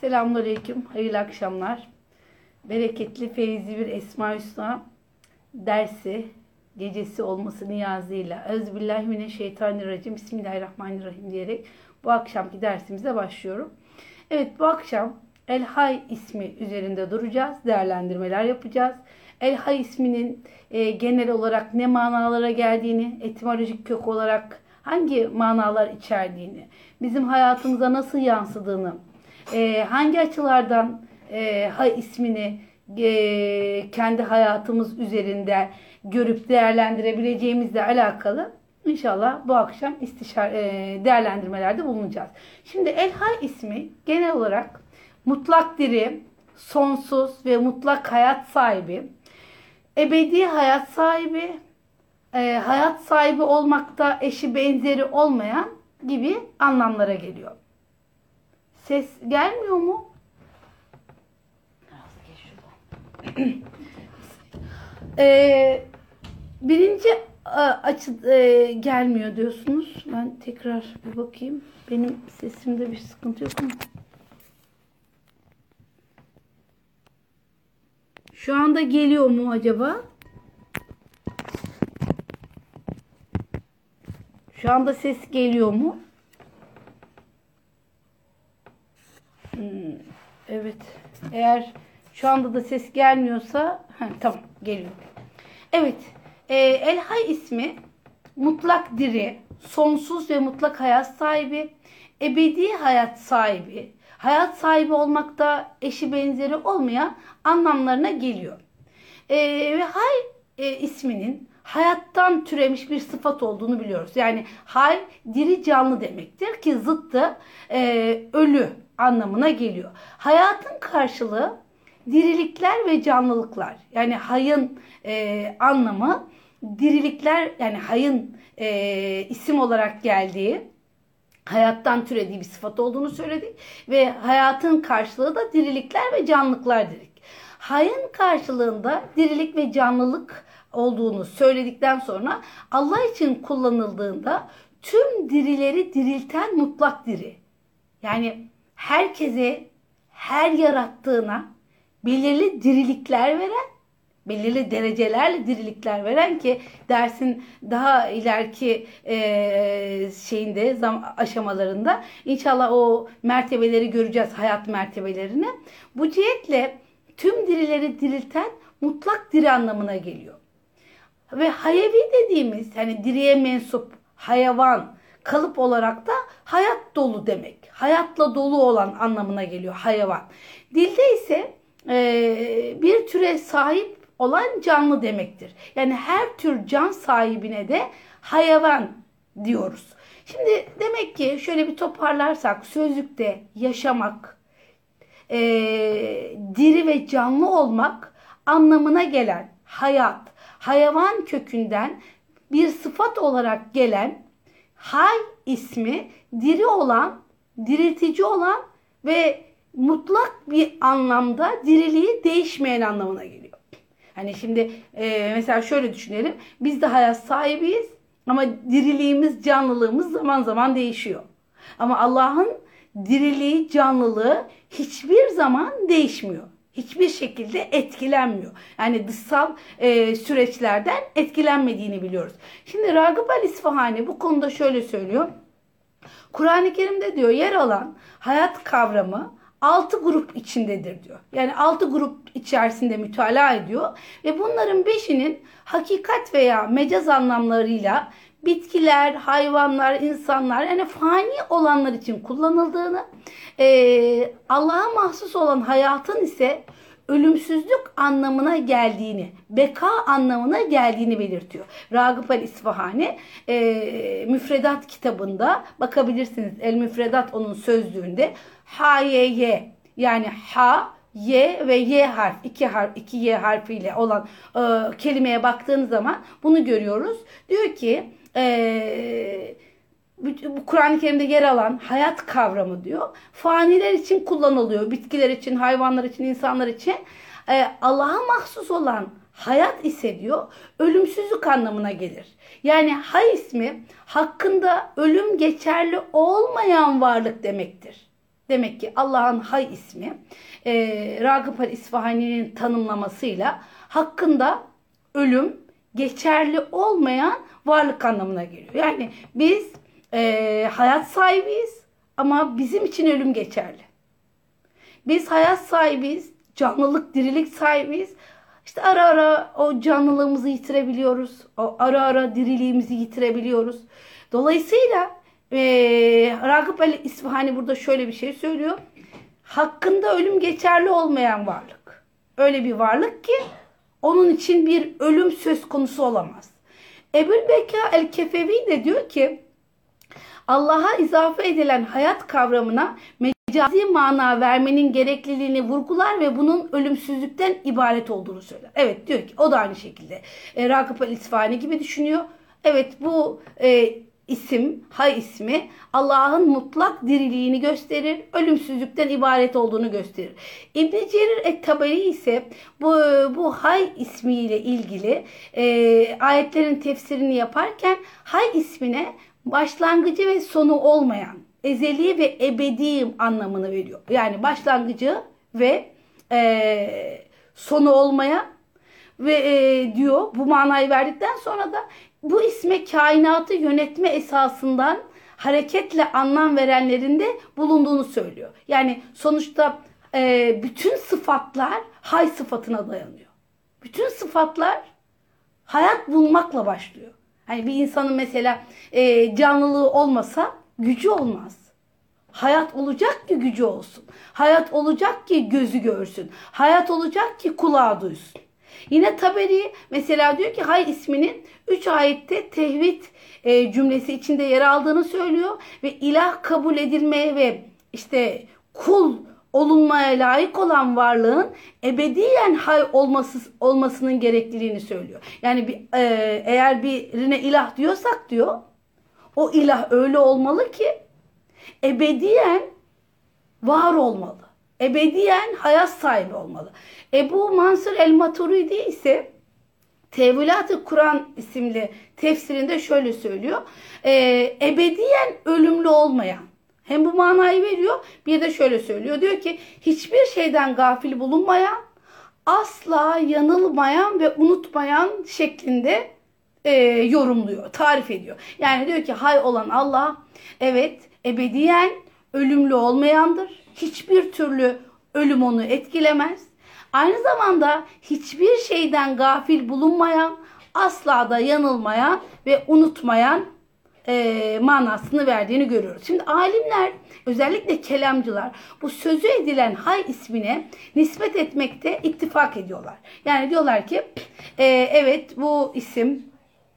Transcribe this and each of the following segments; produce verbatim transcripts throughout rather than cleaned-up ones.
Selamünaleyküm, hayırlı akşamlar. Bereketli, feyizli bir Esma-i Hüsna dersi, gecesi olması niyazıyla Euzubillahimineşşeytanirracim, Bismillahirrahmanirrahim diyerek bu akşamki dersimize başlıyorum. Evet, bu akşam El Hay ismi üzerinde duracağız, değerlendirmeler yapacağız. El Hay isminin e, genel olarak ne manalara geldiğini, etimolojik kök olarak hangi manalar içerdiğini, bizim hayatımıza nasıl yansıdığını, e, hangi açılardan e, Hay ismini e, kendi hayatımız üzerinde görüp değerlendirebileceğimizle alakalı İnşallah bu akşam istişare, e, değerlendirmelerde bulunacağız. Şimdi El Hay ismi genel olarak mutlak diri, sonsuz ve mutlak hayat sahibi, ebedi hayat sahibi, e, hayat sahibi olmakta eşi benzeri olmayan gibi anlamlara geliyor. Ses gelmiyor mu? e, birinci açı e, gelmiyor diyorsunuz. Ben tekrar bir bakayım. Benim sesimde bir sıkıntı yok mu? Şu anda geliyor mu acaba? Şu anda ses geliyor mu? Hmm, evet. Eğer şu anda da ses gelmiyorsa heh, tamam geliyor. Evet. E, El Hay ismi mutlak diri, sonsuz ve mutlak hayat sahibi, ebedi hayat sahibi, hayat sahibi olmakta eşi benzeri olmayan anlamlarına geliyor. E, ve Hay e, isminin hayattan türemiş bir sıfat olduğunu biliyoruz. Yani hay diri canlı demektir ki zıttı e, ölü anlamına geliyor. Hayatın karşılığı dirilikler ve canlılıklar. Yani hayın e, anlamı dirilikler, yani hayın e, isim olarak geldiği, hayattan türediği bir sıfat olduğunu söyledik. Ve hayatın karşılığı da dirilikler ve canlılıklar dedik. Hayın karşılığında dirilik ve canlılık olduğunu söyledikten sonra Allah için kullanıldığında tüm dirileri dirilten mutlak diri. Yani herkese, her yarattığına belirli dirilikler veren, belirli derecelerle dirilikler veren ki dersin daha ileriki e, şeyinde, zam, aşamalarında inşallah o mertebeleri göreceğiz, hayat mertebelerini. Bu cihetle tüm dirileri dirilten mutlak diri anlamına geliyor. Ve hayevi dediğimiz, hani diriye mensup hayvan, kalıp olarak da hayat dolu demek. Hayatla dolu olan anlamına geliyor hayvan. Dilde ise e, bir türe sahip olan canlı demektir. Yani her tür can sahibine de hayvan diyoruz. Şimdi demek ki şöyle bir toparlarsak sözlükte yaşamak, e, diri ve canlı olmak anlamına gelen hayat, hayvan kökünden bir sıfat olarak gelen Hay ismi diri olan, diriltici olan ve mutlak bir anlamda diriliği değişmeyen anlamına geliyor. Hani şimdi e, mesela şöyle düşünelim. Biz de hayat sahibiyiz ama diriliğimiz, canlılığımız zaman zaman değişiyor. Ama Allah'ın diriliği, canlılığı hiçbir zaman değişmiyor. Hiçbir şekilde etkilenmiyor. Yani dışsal e, süreçlerden etkilenmediğini biliyoruz. Şimdi Ragıp el-İsfahani bu konuda şöyle söylüyor. Kur'an-ı Kerim'de diyor yer alan hayat kavramı altı grup içindedir diyor. Yani altı grup içerisinde mütalaa ediyor ve bunların beşinin hakikat veya mecaz anlamlarıyla bitkiler, hayvanlar, insanlar, yani fani olanlar için kullanıldığını, e, Allah'a mahsus olan hayatın ise ölümsüzlük anlamına geldiğini, beka anlamına geldiğini belirtiyor. Ragıp el-İsfahani e, müfredat kitabında bakabilirsiniz. El müfredat onun sözlüğünde H, Y, Y, yani H, Y ve Y harf, iki harf, iki Y harfiyle olan e, kelimeye baktığınız zaman bunu görüyoruz. Diyor ki e, bu Kur'an-ı Kerim'de yer alan hayat kavramı diyor, faniler için kullanılıyor. Bitkiler için, hayvanlar için, insanlar için. Ee, Allah'a mahsus olan hayat ise diyor, ölümsüzlük anlamına gelir. Yani Hay ismi hakkında ölüm geçerli olmayan varlık demektir. Demek ki Allah'ın Hay ismi e, Ragıp el-İsfahani'nin tanımlamasıyla hakkında ölüm geçerli olmayan varlık anlamına geliyor. Yani biz e, hayat sahibiyiz ama bizim için ölüm geçerli. Biz hayat sahibiyiz, canlılık, dirilik sahibiyiz. İşte ara ara o canlılığımızı yitirebiliyoruz. O ara ara diriliğimizi yitirebiliyoruz. Dolayısıyla e, Ragıp el-İsfahani burada şöyle bir şey söylüyor. Hakkında ölüm geçerli olmayan varlık. Öyle bir varlık ki onun için bir ölüm söz konusu olamaz. Ebu'l-Beka el-Kefevi de diyor ki Allah'a izafe edilen hayat kavramına mecazi mana vermenin gerekliliğini vurgular ve bunun ölümsüzlükten ibaret olduğunu söyler. Evet, diyor ki o da aynı şekilde e, Ragıp el-İsfahani gibi düşünüyor. Evet, bu e, isim, Hay ismi Allah'ın mutlak diriliğini gösterir, ölümsüzlükten ibaret olduğunu gösterir. İbn-i Cerir et-Taberi ise bu, bu Hay ismiyle ilgili e, ayetlerin tefsirini yaparken Hay ismine başlangıcı ve sonu olmayan, ezeli ve ebedi anlamını veriyor. Yani başlangıcı ve e, sonu olmayan ve e, diyor, bu manayı verdikten sonra da bu isme kainatı yönetme esasından hareketle anlam verenlerin de bulunduğunu söylüyor. Yani sonuçta e, bütün sıfatlar Hay sıfatına dayanıyor. Bütün sıfatlar hayat bulmakla başlıyor. Hani bir insanın mesela e, canlılığı olmasa gücü olmaz. Hayat olacak ki gücü olsun. Hayat olacak ki gözü görsün. Hayat olacak ki kulağı duysun. Yine Taberi mesela diyor ki Hay isminin üç ayette tevhid e, cümlesi içinde yer aldığını söylüyor ve ilah kabul edilmeye ve işte kul olunmaya layık olan varlığın ebediyen hay olması, olmasının gerekliliğini söylüyor. Yani bir, e, eğer birine ilah diyorsak diyor, o ilah öyle olmalı ki ebediyen var olmalı. Ebediyen hayat sahibi olmalı. Ebu Mansur el-Maturidi ise Tevhilat-ı Kur'an isimli tefsirinde şöyle söylüyor. E, ebediyen ölümlü olmayan, hem bu manayı veriyor, bir de şöyle söylüyor. Diyor ki hiçbir şeyden gafil bulunmayan, asla yanılmayan ve unutmayan şeklinde e, yorumluyor, tarif ediyor. Yani diyor ki hay olan Allah evet ebediyen ölümlü olmayandır. Hiçbir türlü ölüm onu etkilemez. Aynı zamanda hiçbir şeyden gafil bulunmayan, asla da yanılmayan ve unutmayan e, manasını verdiğini görüyoruz. Şimdi alimler, özellikle kelamcılar bu sözü edilen Hay ismine nispet etmekte ittifak ediyorlar. Yani diyorlar ki e, evet bu isim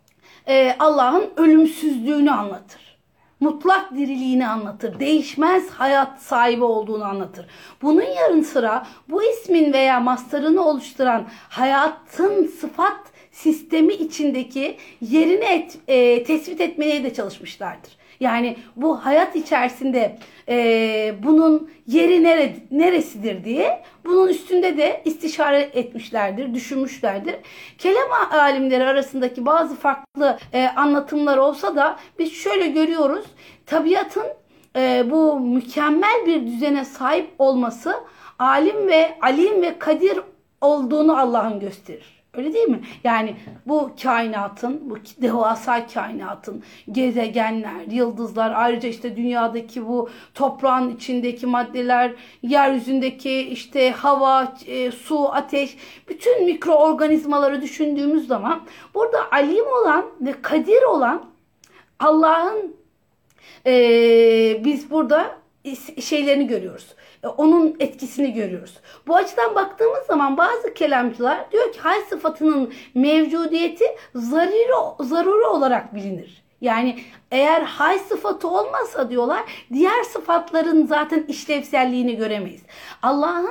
e, Allah'ın ölümsüzlüğünü anlatır. Mutlak diriliğini anlatır. Değişmez hayat sahibi olduğunu anlatır. Bunun yanı sıra bu ismin veya mastarını oluşturan hayatın sıfat sistemi içindeki yerini et, e, tespit etmeye de çalışmışlardır. Yani bu hayat içerisinde e, bunun yeri nere, neresidir diye bunun üstünde de istişare etmişlerdir, düşünmüşlerdir. Kelam alimleri arasındaki bazı farklı e, anlatımlar olsa da biz şöyle görüyoruz. Tabiatın e, bu mükemmel bir düzene sahip olması alim ve alim ve kadir olduğunu Allah'ın gösterir. Öyle değil mi? Yani bu kainatın, bu devasa kainatın, gezegenler, yıldızlar, ayrıca işte dünyadaki bu toprağın içindeki maddeler, yeryüzündeki işte hava, e, su, ateş, bütün mikroorganizmaları düşündüğümüz zaman burada alim olan ve kadir olan Allah'ın e, biz burada şeylerini görüyoruz. Onun etkisini görüyoruz. Bu açıdan baktığımız zaman bazı kelamcılar diyor ki hay sıfatının mevcudiyeti zaruri, zaruri olarak bilinir. Yani eğer hay sıfatı olmasa diyorlar diğer sıfatların zaten işlevselliğini göremeyiz. Allah'ın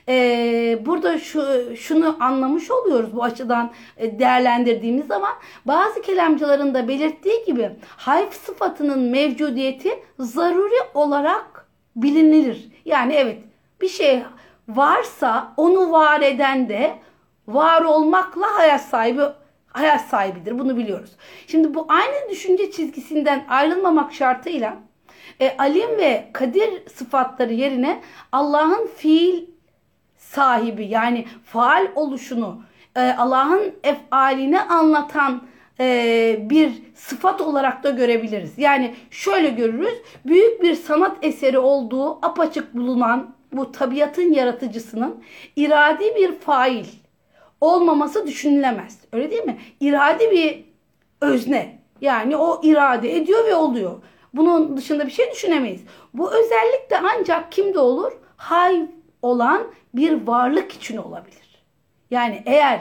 e, burada şu şunu anlamış oluyoruz bu açıdan değerlendirdiğimiz zaman bazı kelamcıların da belirttiği gibi hay sıfatının mevcudiyeti zaruri olarak bilinilir. Yani evet bir şey varsa onu var eden de var olmakla hayat sahibi hayat sahibidir. Bunu biliyoruz. Şimdi bu aynı düşünce çizgisinden ayrılmamak şartıyla e, alim ve kadir sıfatları yerine Allah'ın fiil sahibi, yani faal oluşunu, e, Allah'ın efalini anlatan e, bir sıfat olarak da görebiliriz. Yani şöyle görürüz: büyük bir sanat eseri olduğu apaçık bulunan bu tabiatın yaratıcısının iradi bir fail olmaması düşünülemez. Öyle değil mi? İradi bir özne. Yani o irade ediyor ve oluyor. Bunun dışında bir şey düşünemeyiz. Bu özellik de ancak kimde olur? Hay olan bir varlık için olabilir. Yani eğer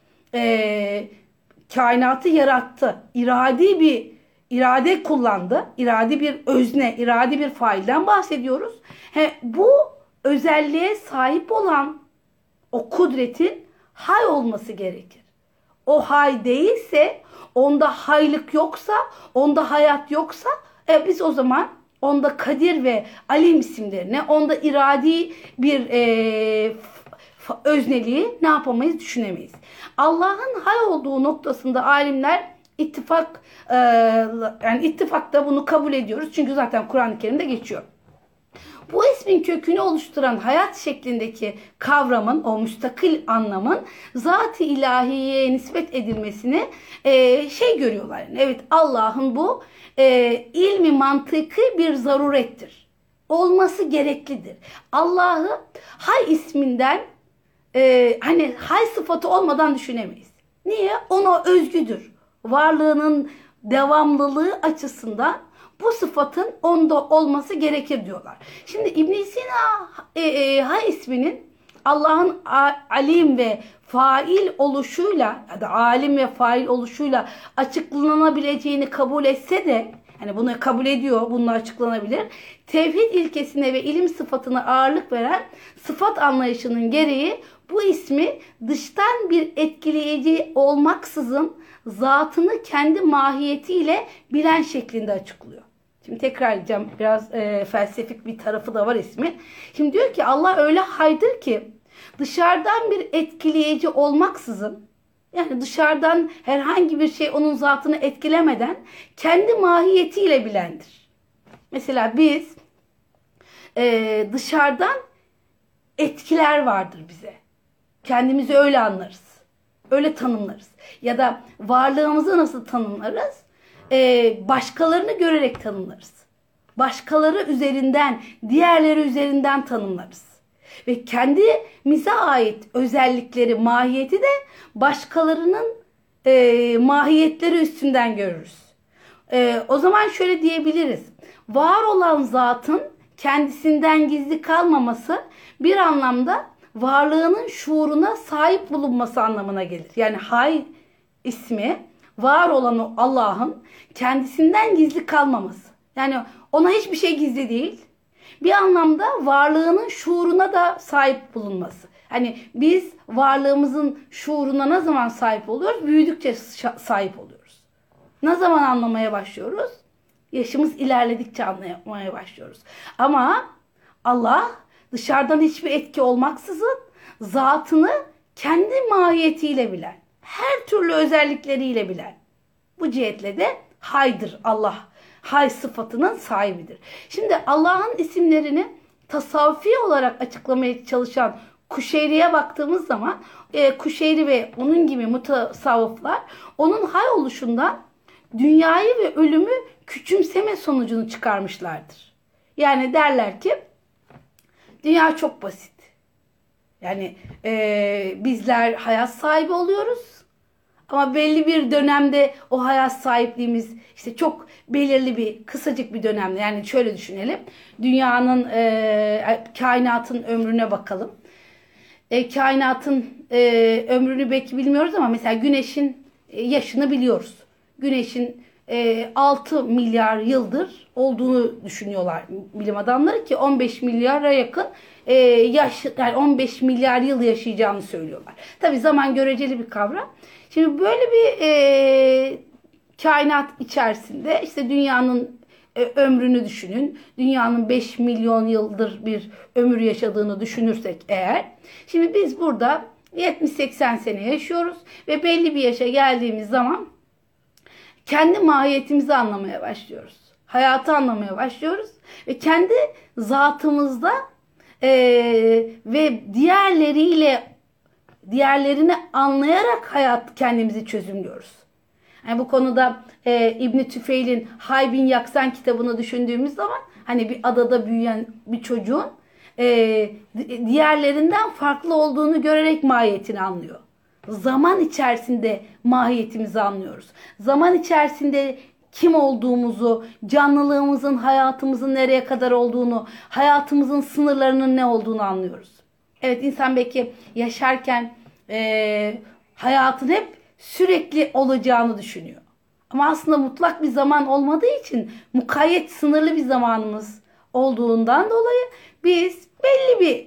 e, kainatı yarattı, iradi bir irade kullandı, iradi bir özne, iradi bir failden bahsediyoruz. He, bu özelliğe sahip olan o kudretin hay olması gerekir. O hay değilse, onda haylık yoksa, onda hayat yoksa, e, biz o zaman onda kadir ve alim isimlerine, onda iradi bir e, özneliği ne yapamayız, düşünemeyiz. Allah'ın hay olduğu noktasında alimler ittifak e, yani ittifakta bunu kabul ediyoruz. Çünkü zaten Kur'an-ı Kerim'de geçiyor. Bu ismin kökünü oluşturan hayat şeklindeki kavramın, o müstakil anlamın zat-ı ilahiyeye nispet edilmesini e, şey görüyorlar. Yani evet, Allah'ın bu e, ilmi mantıki bir zarurettir. Olması gereklidir. Allah'ı hay isminden e, hani hay sıfatı olmadan düşünemeyiz. Niye? Ona özgüdür. Varlığının devamlılığı açısından bu sıfatın onda olması gerekir diyorlar. Şimdi İbn Sina e, e, hay isminin Allah'ın alim ve fail oluşuyla ya da alim ve fail oluşuyla açıklanabileceğini kabul etse de, hani bunu kabul ediyor, bununla açıklanabilir. Tevhid ilkesine ve ilim sıfatına ağırlık veren sıfat anlayışının gereği bu ismi dıştan bir etkileyici olmaksızın zatını kendi mahiyetiyle bilen şeklinde açıklıyor. Şimdi tekrar edeceğim, biraz e, felsefik bir tarafı da var ismin. Şimdi diyor ki Allah öyle haydır ki dışarıdan bir etkileyici olmaksızın, yani dışarıdan herhangi bir şey onun zatını etkilemeden kendi mahiyetiyle bilendir. Mesela biz e, dışarıdan etkiler vardır bize. Kendimizi öyle anlarız. Öyle tanımlarız. Ya da varlığımızı nasıl tanımlarız? Ee, başkalarını görerek tanımlarız. Başkaları üzerinden, diğerleri üzerinden tanımlarız. Ve kendimize ait özellikleri, mahiyeti de başkalarının e, mahiyetleri üstünden görürüz. E, o zaman şöyle diyebiliriz: var olan zatın kendisinden gizli kalmaması bir anlamda varlığının şuuruna sahip bulunması anlamına gelir. Yani hay ismi, var olan Allah'ın kendisinden gizli kalmaması. Yani ona hiçbir şey gizli değil. Bir anlamda varlığının şuuruna da sahip bulunması. Hani biz varlığımızın şuuruna ne zaman sahip oluyoruz? Büyüdükçe sahip oluyoruz. Ne zaman anlamaya başlıyoruz? Yaşımız ilerledikçe anlamaya başlıyoruz. Ama Allah dışarıdan hiçbir etki olmaksızın zatını kendi mahiyetiyle bilen, her türlü özellikleriyle bilen. Bu cihetle de haydır Allah. Hay sıfatının sahibidir. Şimdi Allah'ın isimlerini tasavvufi olarak açıklamaya çalışan Kuşeyri'ye baktığımız zaman e, Kuşeyri ve onun gibi mutasavvıflar onun hay oluşundan dünyayı ve ölümü küçümseme sonucunu çıkarmışlardır. Yani derler ki dünya çok basit. Yani e, bizler hayat sahibi oluyoruz. Ama belli bir dönemde o hayat sahipliğimiz işte çok belirli bir kısacık bir dönemde. Yani şöyle düşünelim. Dünyanın, e, kainatın ömrüne bakalım. E, kainatın e, ömrünü belki bilmiyoruz ama mesela güneşin e, yaşını biliyoruz. Güneşin e, altı milyar yıldır olduğunu düşünüyorlar bilim adamları ki on beş milyara yakın e, yaş, yani on beş milyar yıl yaşayacağını söylüyorlar. Tabii zaman göreceli bir kavram. Şimdi böyle bir e, kainat içerisinde işte dünyanın e, ömrünü düşünün. Dünyanın beş milyon yıldır bir ömür yaşadığını düşünürsek eğer. Şimdi biz burada yetmiş seksen sene yaşıyoruz ve belli bir yaşa geldiğimiz zaman kendi mahiyetimizi anlamaya başlıyoruz. Hayatı anlamaya başlıyoruz ve kendi zatımızda e, ve diğerleriyle diğerlerini anlayarak hayat kendimizi çözümlüyoruz. Yani bu konuda e, İbn Tüfeil'in Hay bin Yaksan kitabını düşündüğümüz zaman hani bir adada büyüyen bir çocuğun e, diğerlerinden farklı olduğunu görerek mahiyetini anlıyor. Zaman içerisinde mahiyetimizi anlıyoruz. Zaman içerisinde kim olduğumuzu, canlılığımızın, hayatımızın nereye kadar olduğunu, hayatımızın sınırlarının ne olduğunu anlıyoruz. Evet, insan belki yaşarken e, hayatın hep sürekli olacağını düşünüyor. Ama aslında mutlak bir zaman olmadığı için mukayyet sınırlı bir zamanımız olduğundan dolayı biz belli bir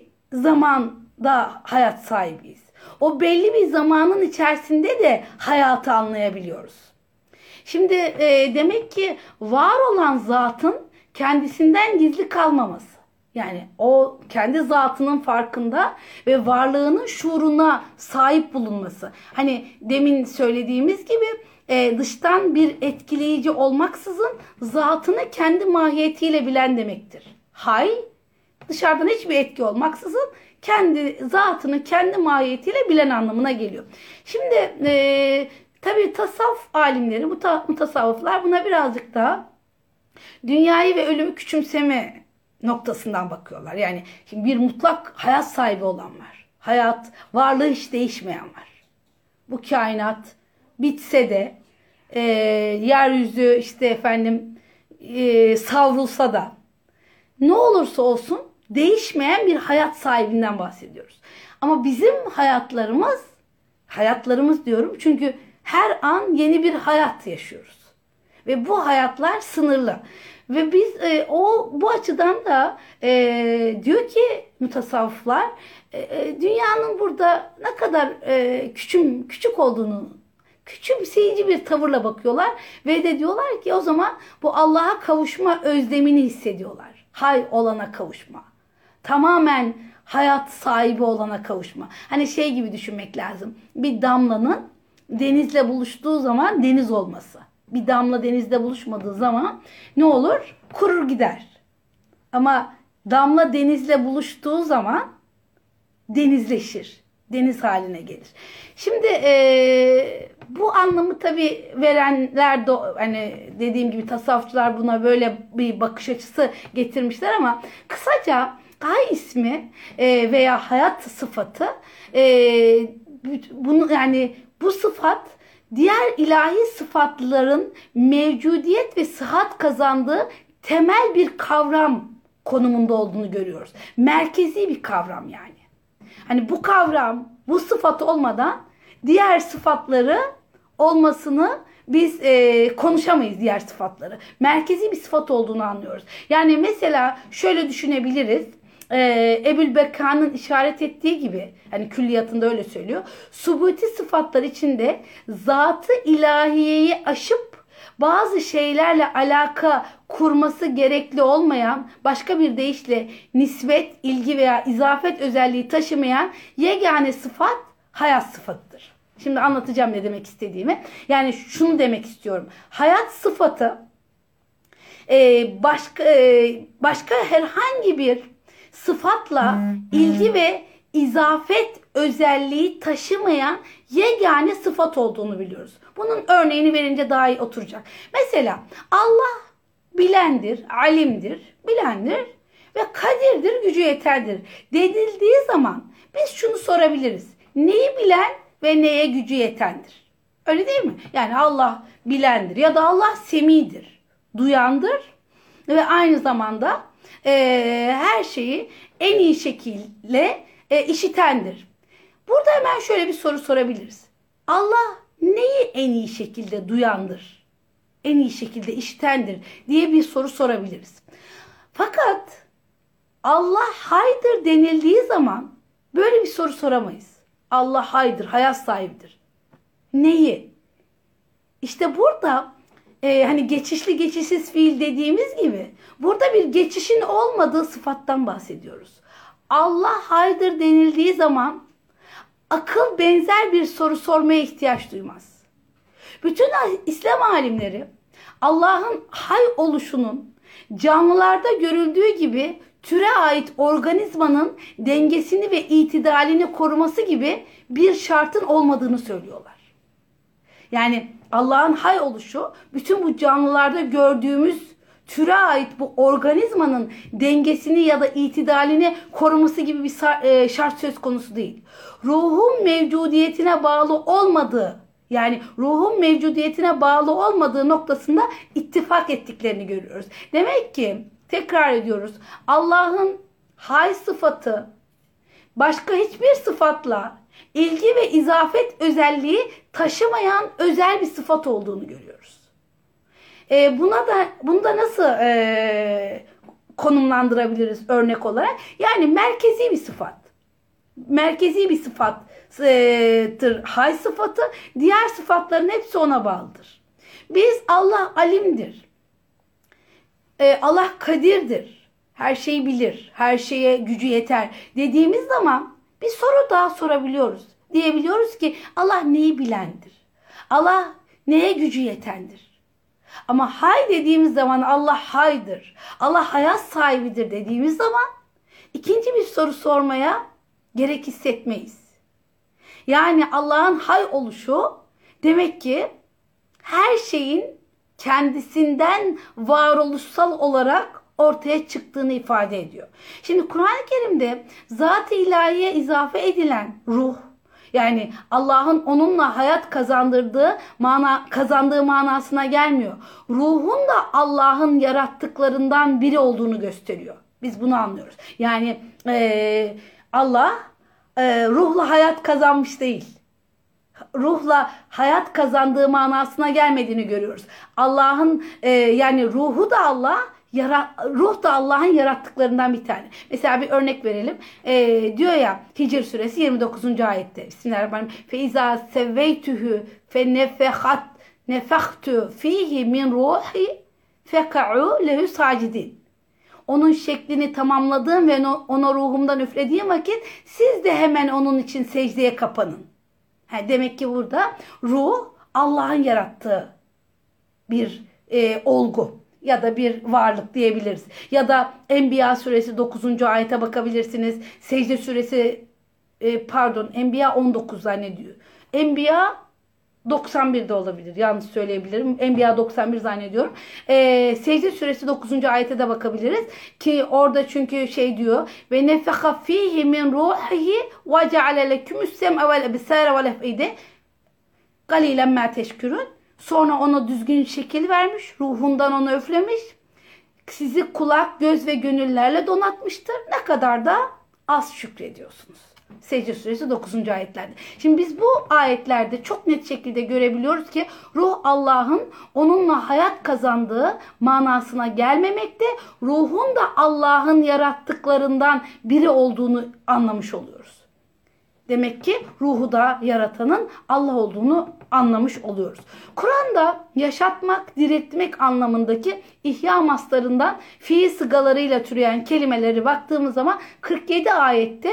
zamanda hayat sahibiyiz. O belli bir zamanın içerisinde de hayatı anlayabiliyoruz. Şimdi e, demek ki var olan zatın kendisinden gizli kalmaması. Yani o kendi zatının farkında ve varlığının şuuruna sahip bulunması. Hani demin söylediğimiz gibi e, dıştan bir etkileyici olmaksızın zatını kendi mahiyetiyle bilen demektir. Hay, dışarıdan hiçbir etki olmaksızın kendi zatını kendi mahiyetiyle bilen anlamına geliyor. Şimdi e, tabii tasavvuf alimleri, bu ta, mutasavvıflar buna birazcık daha dünyayı ve ölümü küçümseme noktasından bakıyorlar. Yani şimdi bir mutlak hayat sahibi olan var. Hayat, varlığı hiç değişmeyen var. Bu kainat bitse de e, yeryüzü işte efendim e, savrulsa da ne olursa olsun değişmeyen bir hayat sahibinden bahsediyoruz. Ama bizim hayatlarımız, hayatlarımız diyorum çünkü her an yeni bir hayat yaşıyoruz. Ve bu hayatlar sınırlı. Ve biz e, o bu açıdan da e, diyor ki mutasavvıflar e, dünyanın burada ne kadar e, küçüm, küçük olduğunu, küçümseyici bir tavırla bakıyorlar. Ve de diyorlar ki o zaman bu Allah'a kavuşma özlemini hissediyorlar. Hay olana kavuşma. Tamamen hayat sahibi olana kavuşma. Hani şey gibi düşünmek lazım. Bir damlanın denizle buluştuğu zaman deniz olması. Bir damla denizle buluşmadığı zaman ne olur? Kurur gider. Ama damla denizle buluştuğu zaman denizleşir. Deniz haline gelir. Şimdi e, bu anlamı tabii verenler de hani dediğim gibi tasavvufçular buna böyle bir bakış açısı getirmişler ama kısaca Hay ismi e, veya hayat sıfatı e, bunu yani bu sıfat diğer ilahi sıfatların mevcudiyet ve sıhhat kazandığı temel bir kavram konumunda olduğunu görüyoruz. Merkezi bir kavram yani. Hani bu kavram, bu sıfat olmadan diğer sıfatları olmasını biz e, konuşamayız diğer sıfatları. Merkezi bir sıfat olduğunu anlıyoruz. Yani mesela şöyle düşünebiliriz. Ee, Ebu'l-Beka'nın işaret ettiği gibi, hani külliyatında öyle söylüyor. Subuti sıfatlar içinde zatı ilahiyeyi aşıp bazı şeylerle alaka kurması gerekli olmayan, başka bir deyişle nispet, ilgi veya izafet özelliği taşımayan yegane sıfat hayat sıfatıdır. Şimdi anlatacağım ne demek istediğimi. Yani şunu demek istiyorum. Hayat sıfatı e, başka e, başka herhangi bir sıfatla ilgi ve izafet özelliği taşımayan yegane sıfat olduğunu biliyoruz. Bunun örneğini verince daha iyi oturacak. Mesela Allah bilendir, alimdir, bilendir ve kadirdir, gücü yeterdir denildiği zaman biz şunu sorabiliriz. Neyi bilen ve neye gücü yetendir? Öyle değil mi? Yani Allah bilendir ya da Allah semidir, duyandır ve aynı zamanda e, her şeyi en iyi şekilde e, işitendir. Burada hemen şöyle bir soru sorabiliriz. Allah neyi en iyi şekilde duyandır, en iyi şekilde işitendir diye bir soru sorabiliriz. Fakat Allah haydır denildiği zaman böyle bir soru soramayız. Allah haydır, hayat sahibidir. Neyi? İşte burada e, hani geçişli geçişsiz fiil dediğimiz gibi burada bir geçişin olmadığı sıfattan bahsediyoruz. Allah haydır denildiği zaman akıl benzer bir soru sormaya ihtiyaç duymaz. Bütün İslam alimleri Allah'ın hay oluşunun canlılarda görüldüğü gibi türe ait organizmanın dengesini ve itidalini koruması gibi bir şartın olmadığını söylüyorlar. Yani Allah'ın hay oluşu bütün bu canlılarda gördüğümüz türe ait bu organizmanın dengesini ya da itidalini koruması gibi bir şart söz konusu değil. Ruhun mevcudiyetine bağlı olmadığı, yani ruhun mevcudiyetine bağlı olmadığı noktasında ittifak ettiklerini görüyoruz. Demek ki tekrar ediyoruz, Allah'ın hay sıfatı başka hiçbir sıfatla ilgi ve izafet özelliği taşımayan özel bir sıfat olduğunu görüyoruz. E, buna da bunu da nasıl e, konumlandırabiliriz örnek olarak? Yani merkezi bir sıfat. Merkezi bir sıfattır hay sıfatı. Diğer sıfatların hepsi ona bağlıdır. Biz Allah alimdir. E, Allah kadirdir. Her şeyi bilir. Her şeye gücü yeter dediğimiz zaman bir soru daha sorabiliyoruz. Diyebiliyoruz ki Allah neyi bilendir? Allah neye gücü yetendir? Ama hay dediğimiz zaman Allah haydır. Allah hayat sahibidir dediğimiz zaman ikinci bir soru sormaya gerek hissetmeyiz. Yani Allah'ın hay oluşu demek ki her şeyin kendisinden varoluşsal olarak ortaya çıktığını ifade ediyor. Şimdi Kur'an-ı Kerim'de zat-ı ilahiye izafe edilen ruh, yani Allah'ın onunla hayat kazandırdığı mana kazandığı manasına gelmiyor. Ruhun da Allah'ın yarattıklarından biri olduğunu gösteriyor. Biz bunu anlıyoruz. Yani e, Allah e, ruhla hayat kazanmış değil. Ruhla hayat kazandığı manasına gelmediğini görüyoruz. Allah'ın e, yani ruhu da Allah, Yarat, ruh da Allah'ın yarattıklarından bir tane. Mesela bir örnek verelim. Ee, diyor ya Hicr suresi yirmi dokuzuncu ayette. Bismillahirrahmanirrahim. Fe izâ sevveytühü fe nefehat nefehtu fihi min ruhi feka'u lehu sacidin. Onun şeklini tamamladığım ve ona ruhumdan üflediğim vakit siz de hemen onun için secdeye kapanın. Ha, demek ki burada ruh Allah'ın yarattığı bir e, olgu ya da bir varlık diyebiliriz. Ya da Enbiya suresi dokuzuncu ayete bakabilirsiniz. Secde suresi e, pardon Enbiya on dokuz zannediyor. Enbiya doksan bir de olabilir. Yanlış söyleyebilirim. Enbiya doksan bir zannediyorum. E, Secde suresi dokuzuncu ayete de bakabiliriz. Ki orada çünkü şey diyor. Ve nefeha fihi min ruhihi ve ceale lekümüs sem'e vel ebsâre vel ef'ide galilen mâ teşkürün. Sonra ona düzgün şekil vermiş. Ruhundan onu üflemiş. Sizi kulak, göz ve gönüllerle donatmıştır. Ne kadar da az şükrediyorsunuz. Secde suresi dokuzuncu ayetlerde. Şimdi biz bu ayetlerde çok net şekilde görebiliyoruz ki ruh Allah'ın onunla hayat kazandığı manasına gelmemekte. Ruhun da Allah'ın yarattıklarından biri olduğunu anlamış oluyoruz. Demek ki ruhu da yaratanın Allah olduğunu anlamış oluyoruz. Kur'an'da yaşatmak, diriltmek anlamındaki ihya maslarından fiil sıgalarıyla türeyen kelimeleri baktığımız zaman kırk yedi ayette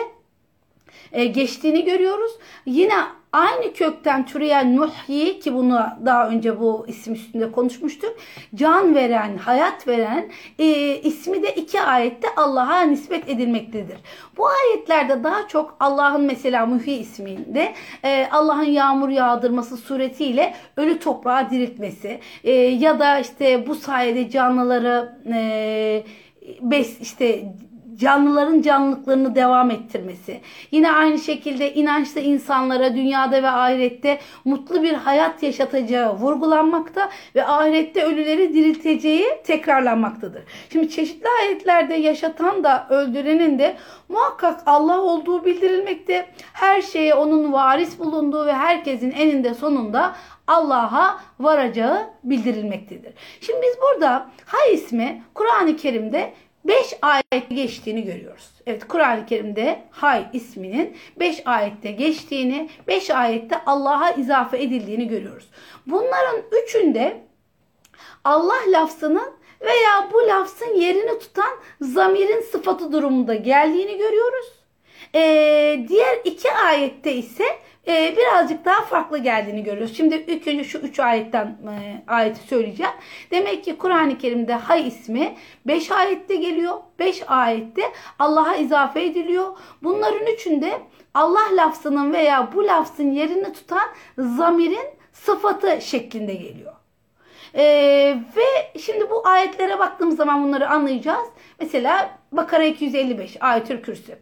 e, geçtiğini görüyoruz. Yine aynı kökten türeyen muhyi, ki bunu daha önce bu isim üstünde konuşmuştuk. Can veren, hayat veren e, ismi de iki ayette Allah'a nispet edilmektedir. Bu ayetlerde daha çok Allah'ın mesela muhyi isminde e, Allah'ın yağmur yağdırması suretiyle ölü toprağı diriltmesi e, ya da işte bu sayede canlıları e, bes işte canlıların canlılıklarını devam ettirmesi. Yine aynı şekilde inançlı insanlara dünyada ve ahirette mutlu bir hayat yaşatacağı vurgulanmakta ve ahirette ölüleri dirilteceği tekrarlanmaktadır. Şimdi çeşitli ayetlerde yaşatan da öldürenin de muhakkak Allah olduğu bildirilmekte. Her şeye onun varis bulunduğu ve herkesin eninde sonunda Allah'a varacağı bildirilmektedir. Şimdi biz burada Hay ismi Kur'an-ı Kerim'de beş ayette geçtiğini görüyoruz. Evet, Kur'an-ı Kerim'de Hay isminin beş ayette geçtiğini, beş ayette Allah'a izafe edildiğini görüyoruz. Bunların üçünde Allah lafzının veya bu lafzın yerini tutan zamirin sıfatı durumunda geldiğini görüyoruz. Ee, diğer iki ayette ise e, birazcık daha farklı geldiğini görüyoruz. Şimdi ilk önce şu üç ayetten e, ayeti söyleyeceğim. Demek ki Kur'an-ı Kerim'de Hay ismi beş ayette geliyor. beş ayette Allah'a izafe ediliyor. Bunların üçünde Allah lafzının veya bu lafzın yerini tutan zamirin sıfatı şeklinde geliyor. Ee, ve şimdi bu ayetlere baktığımız zaman bunları anlayacağız. Mesela Bakara iki yüz elli beş Ayetül Kürsü.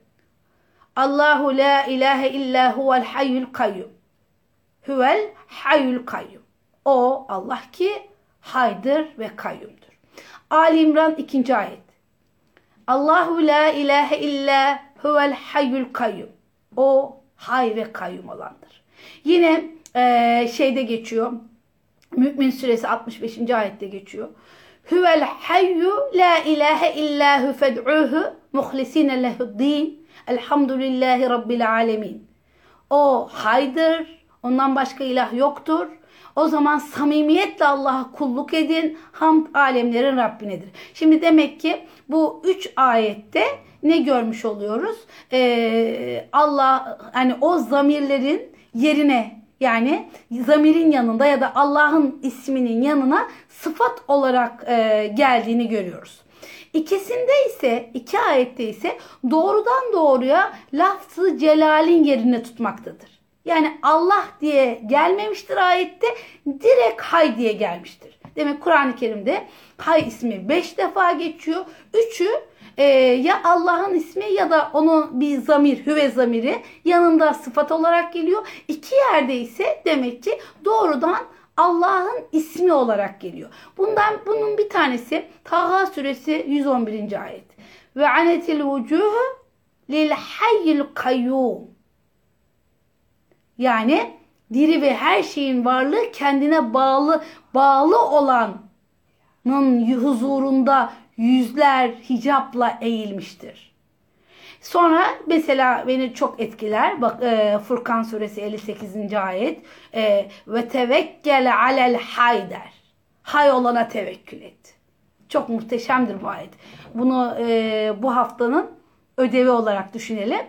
Allahu la ilahe illa huvel hayyul kayyum. Huvel hayyul kayyum. O Allah ki haydır ve kayyumdur. Ali İmran ikinci ayet. Allahu la ilahe illa huvel hayyul kayyum. O hay ve kayyum olandır. Yine e, şeyde geçiyor. Mü'min suresi altmış beşinci ayette geçiyor. Huvel hayyu la ilahe illa hu fed'uhu muhlisine lehu'd-din. Elhamdülillahi rabbil alemin. O haydır. Ondan başka ilah yoktur. O zaman samimiyetle Allah'a kulluk edin. Hamd alemlerin Rabbinedir. Şimdi demek ki bu üç ayette ne görmüş oluyoruz? Ee, Allah hani o zamirlerin yerine, yani zamirin yanında ya da Allah'ın isminin yanına sıfat olarak e, geldiğini görüyoruz. İkisinde ise, iki ayette ise doğrudan doğruya lafz-ı celalin yerine tutmaktadır. Yani Allah diye gelmemiştir ayette, direkt hay diye gelmiştir. Demek Kur'an-ı Kerim'de hay ismi beş defa geçiyor. Üçü e, ya Allah'ın ismi ya da onun bir zamir, hüve zamiri yanında sıfat olarak geliyor. İki yerde ise demek ki doğrudan Allah'ın ismi olarak geliyor. Bundan bunun bir tanesi Taha suresi yüz on birinci ayet. Ve anetil vucuhu lil hayyil kayyum. Yani diri ve her şeyin varlığı kendine bağlı bağlı olanın huzurunda yüzler hicapla eğilmiştir. Sonra mesela beni çok etkiler. Bak e, Furkan suresi elli sekizinci ayet. E, ve tevekkele alel hay der. Hay olana tevekkül et. Çok muhteşemdir bu ayet. Bunu e, bu haftanın ödevi olarak düşünelim.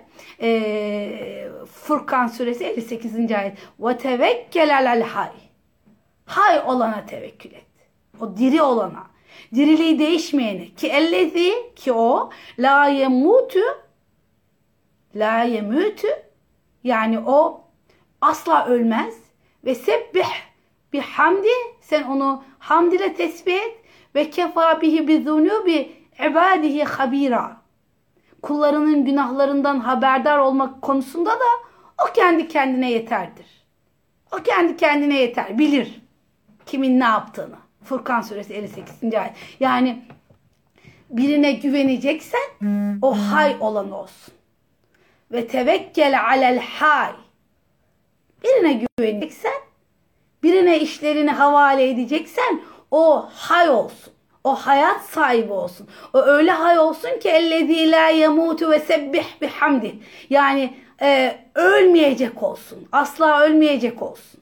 E, Furkan suresi elli sekizinci ayet. Ve tevekkele alel hay. Hay olana tevekkül et. O diri olana. Diriliği değişmeyene. Ki ellezi ki o la yemutu la yemütü, yani o asla ölmez. Ve sebbih bihamdi, sen onu hamd ile tesbih et. Ve kefa bihi bizunubi ibadihi habira, kullarının günahlarından haberdar olmak konusunda da o kendi kendine yeterdir. O kendi kendine yeter, bilir kimin ne yaptığını. Furkan suresi elli sekizinci ayet. Yani birine güveneceksen o hay olan olsun. Ve tevekkele alel hay. Birine güveneceksen, birine işlerini havale edeceksen o hay olsun. O hayat sahibi olsun. O öyle hay olsun ki ellezî lâ yemûtu ve sebbih bihamdi. Yani e, ölmeyecek olsun. Asla ölmeyecek olsun.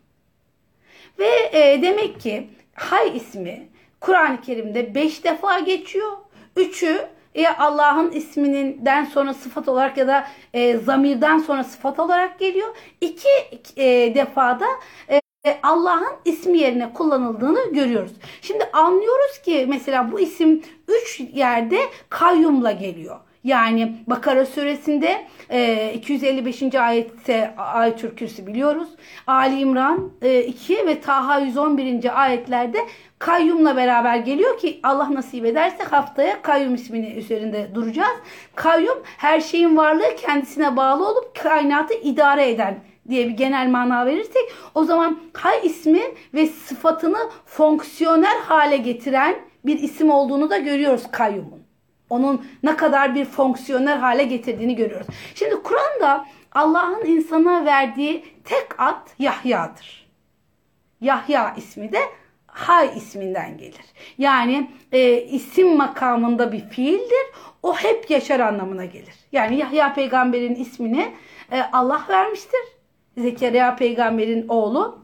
Ve e, demek ki hay ismi Kur'an-ı Kerim'de beş defa geçiyor. Üçü ya Allah'ın isminden sonra sıfat olarak ya da e, zamirden sonra sıfat olarak geliyor. İki e, defada e, Allah'ın ismi yerine kullanıldığını görüyoruz. Şimdi anlıyoruz ki mesela bu isim üç yerde kayyumla geliyor. Yani Bakara suresinde e, iki yüz elli beşinci ayette Ayetül Kürsü biliyoruz. Ali İmran e, iki ve Taha yüz on birinci ayetlerde kayyumla beraber geliyor ki Allah nasip ederse haftaya kayyum ismini üzerinde duracağız. Kayyum her şeyin varlığı kendisine bağlı olup kainatı idare eden diye bir genel mana verirsek o zaman hay ismi ve sıfatını fonksiyonel hale getiren bir isim olduğunu da görüyoruz kayyumun. Onun ne kadar bir fonksiyonel hale getirdiğini görüyoruz. Şimdi Kur'an'da Allah'ın insana verdiği tek ad Yahya'dır. Yahya ismi de Hay isminden gelir. Yani e, isim makamında bir fiildir. O hep yaşar anlamına gelir. Yani Yahya peygamberin ismini e, Allah vermiştir. Zekeriya peygamberin oğlu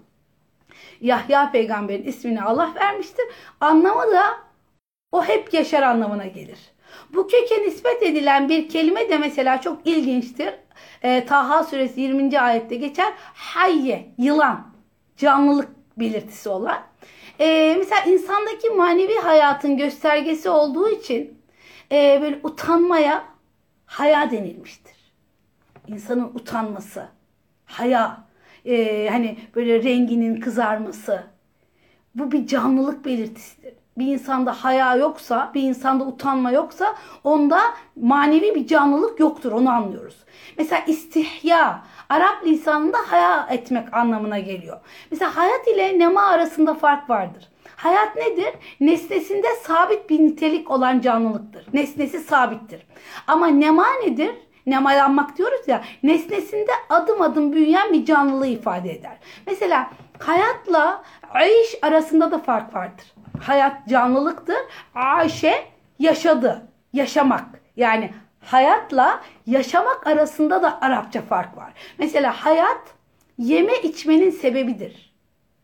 Yahya peygamberin ismini Allah vermiştir. Anlamı da o hep yaşar anlamına gelir. Bu köke nispet edilen bir kelime de mesela çok ilginçtir. E, Taha suresi yirminci ayette geçer. Hayye, yılan, canlılık belirtisi olan. E, mesela insandaki manevi hayatın göstergesi olduğu için e, böyle utanmaya haya denilmiştir. İnsanın utanması, haya, e, hani böyle renginin kızarması. Bu bir canlılık belirtisidir. Bir insanda haya yoksa, bir insanda utanma yoksa onda manevi bir canlılık yoktur. Onu anlıyoruz. Mesela istihya, Arap lisanında haya etmek anlamına geliyor. Mesela hayat ile nema arasında fark vardır. Hayat nedir? Nesnesinde sabit bir nitelik olan canlılıktır. Nesnesi sabittir. Ama nema nedir? Nemalanmak diyoruz ya, nesnesinde adım adım büyüyen bir canlılığı ifade eder. Mesela hayatla aiş arasında da fark vardır. Hayat canlılıktır. Ayşe yaşadı. Yaşamak. Yani hayatla yaşamak arasında da Arapça fark var. Mesela hayat yeme içmenin sebebidir.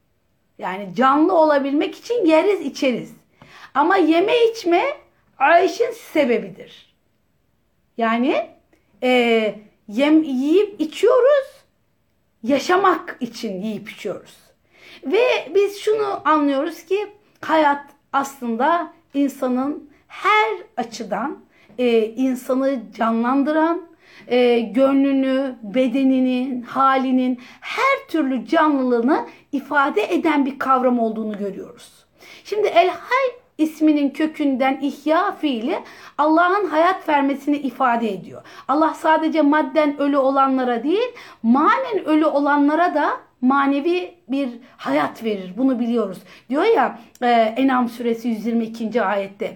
Yani canlı olabilmek için yeriz içeriz. Ama yeme içme Ayşe'nin sebebidir. Yani e, yem, yiyip içiyoruz. Yaşamak için yiyip içiyoruz. Ve biz şunu anlıyoruz ki hayat aslında insanın her açıdan e, insanı canlandıran, e, gönlünü, bedeninin, halinin her türlü canlılığını ifade eden bir kavram olduğunu görüyoruz. Şimdi El Hay isminin kökünden ihya fiili Allah'ın hayat vermesini ifade ediyor. Allah sadece madden ölü olanlara değil, manen ölü olanlara da manevi bir hayat verir. Bunu biliyoruz. Diyor ya En'am suresi yüz yirmi ikinci ayette.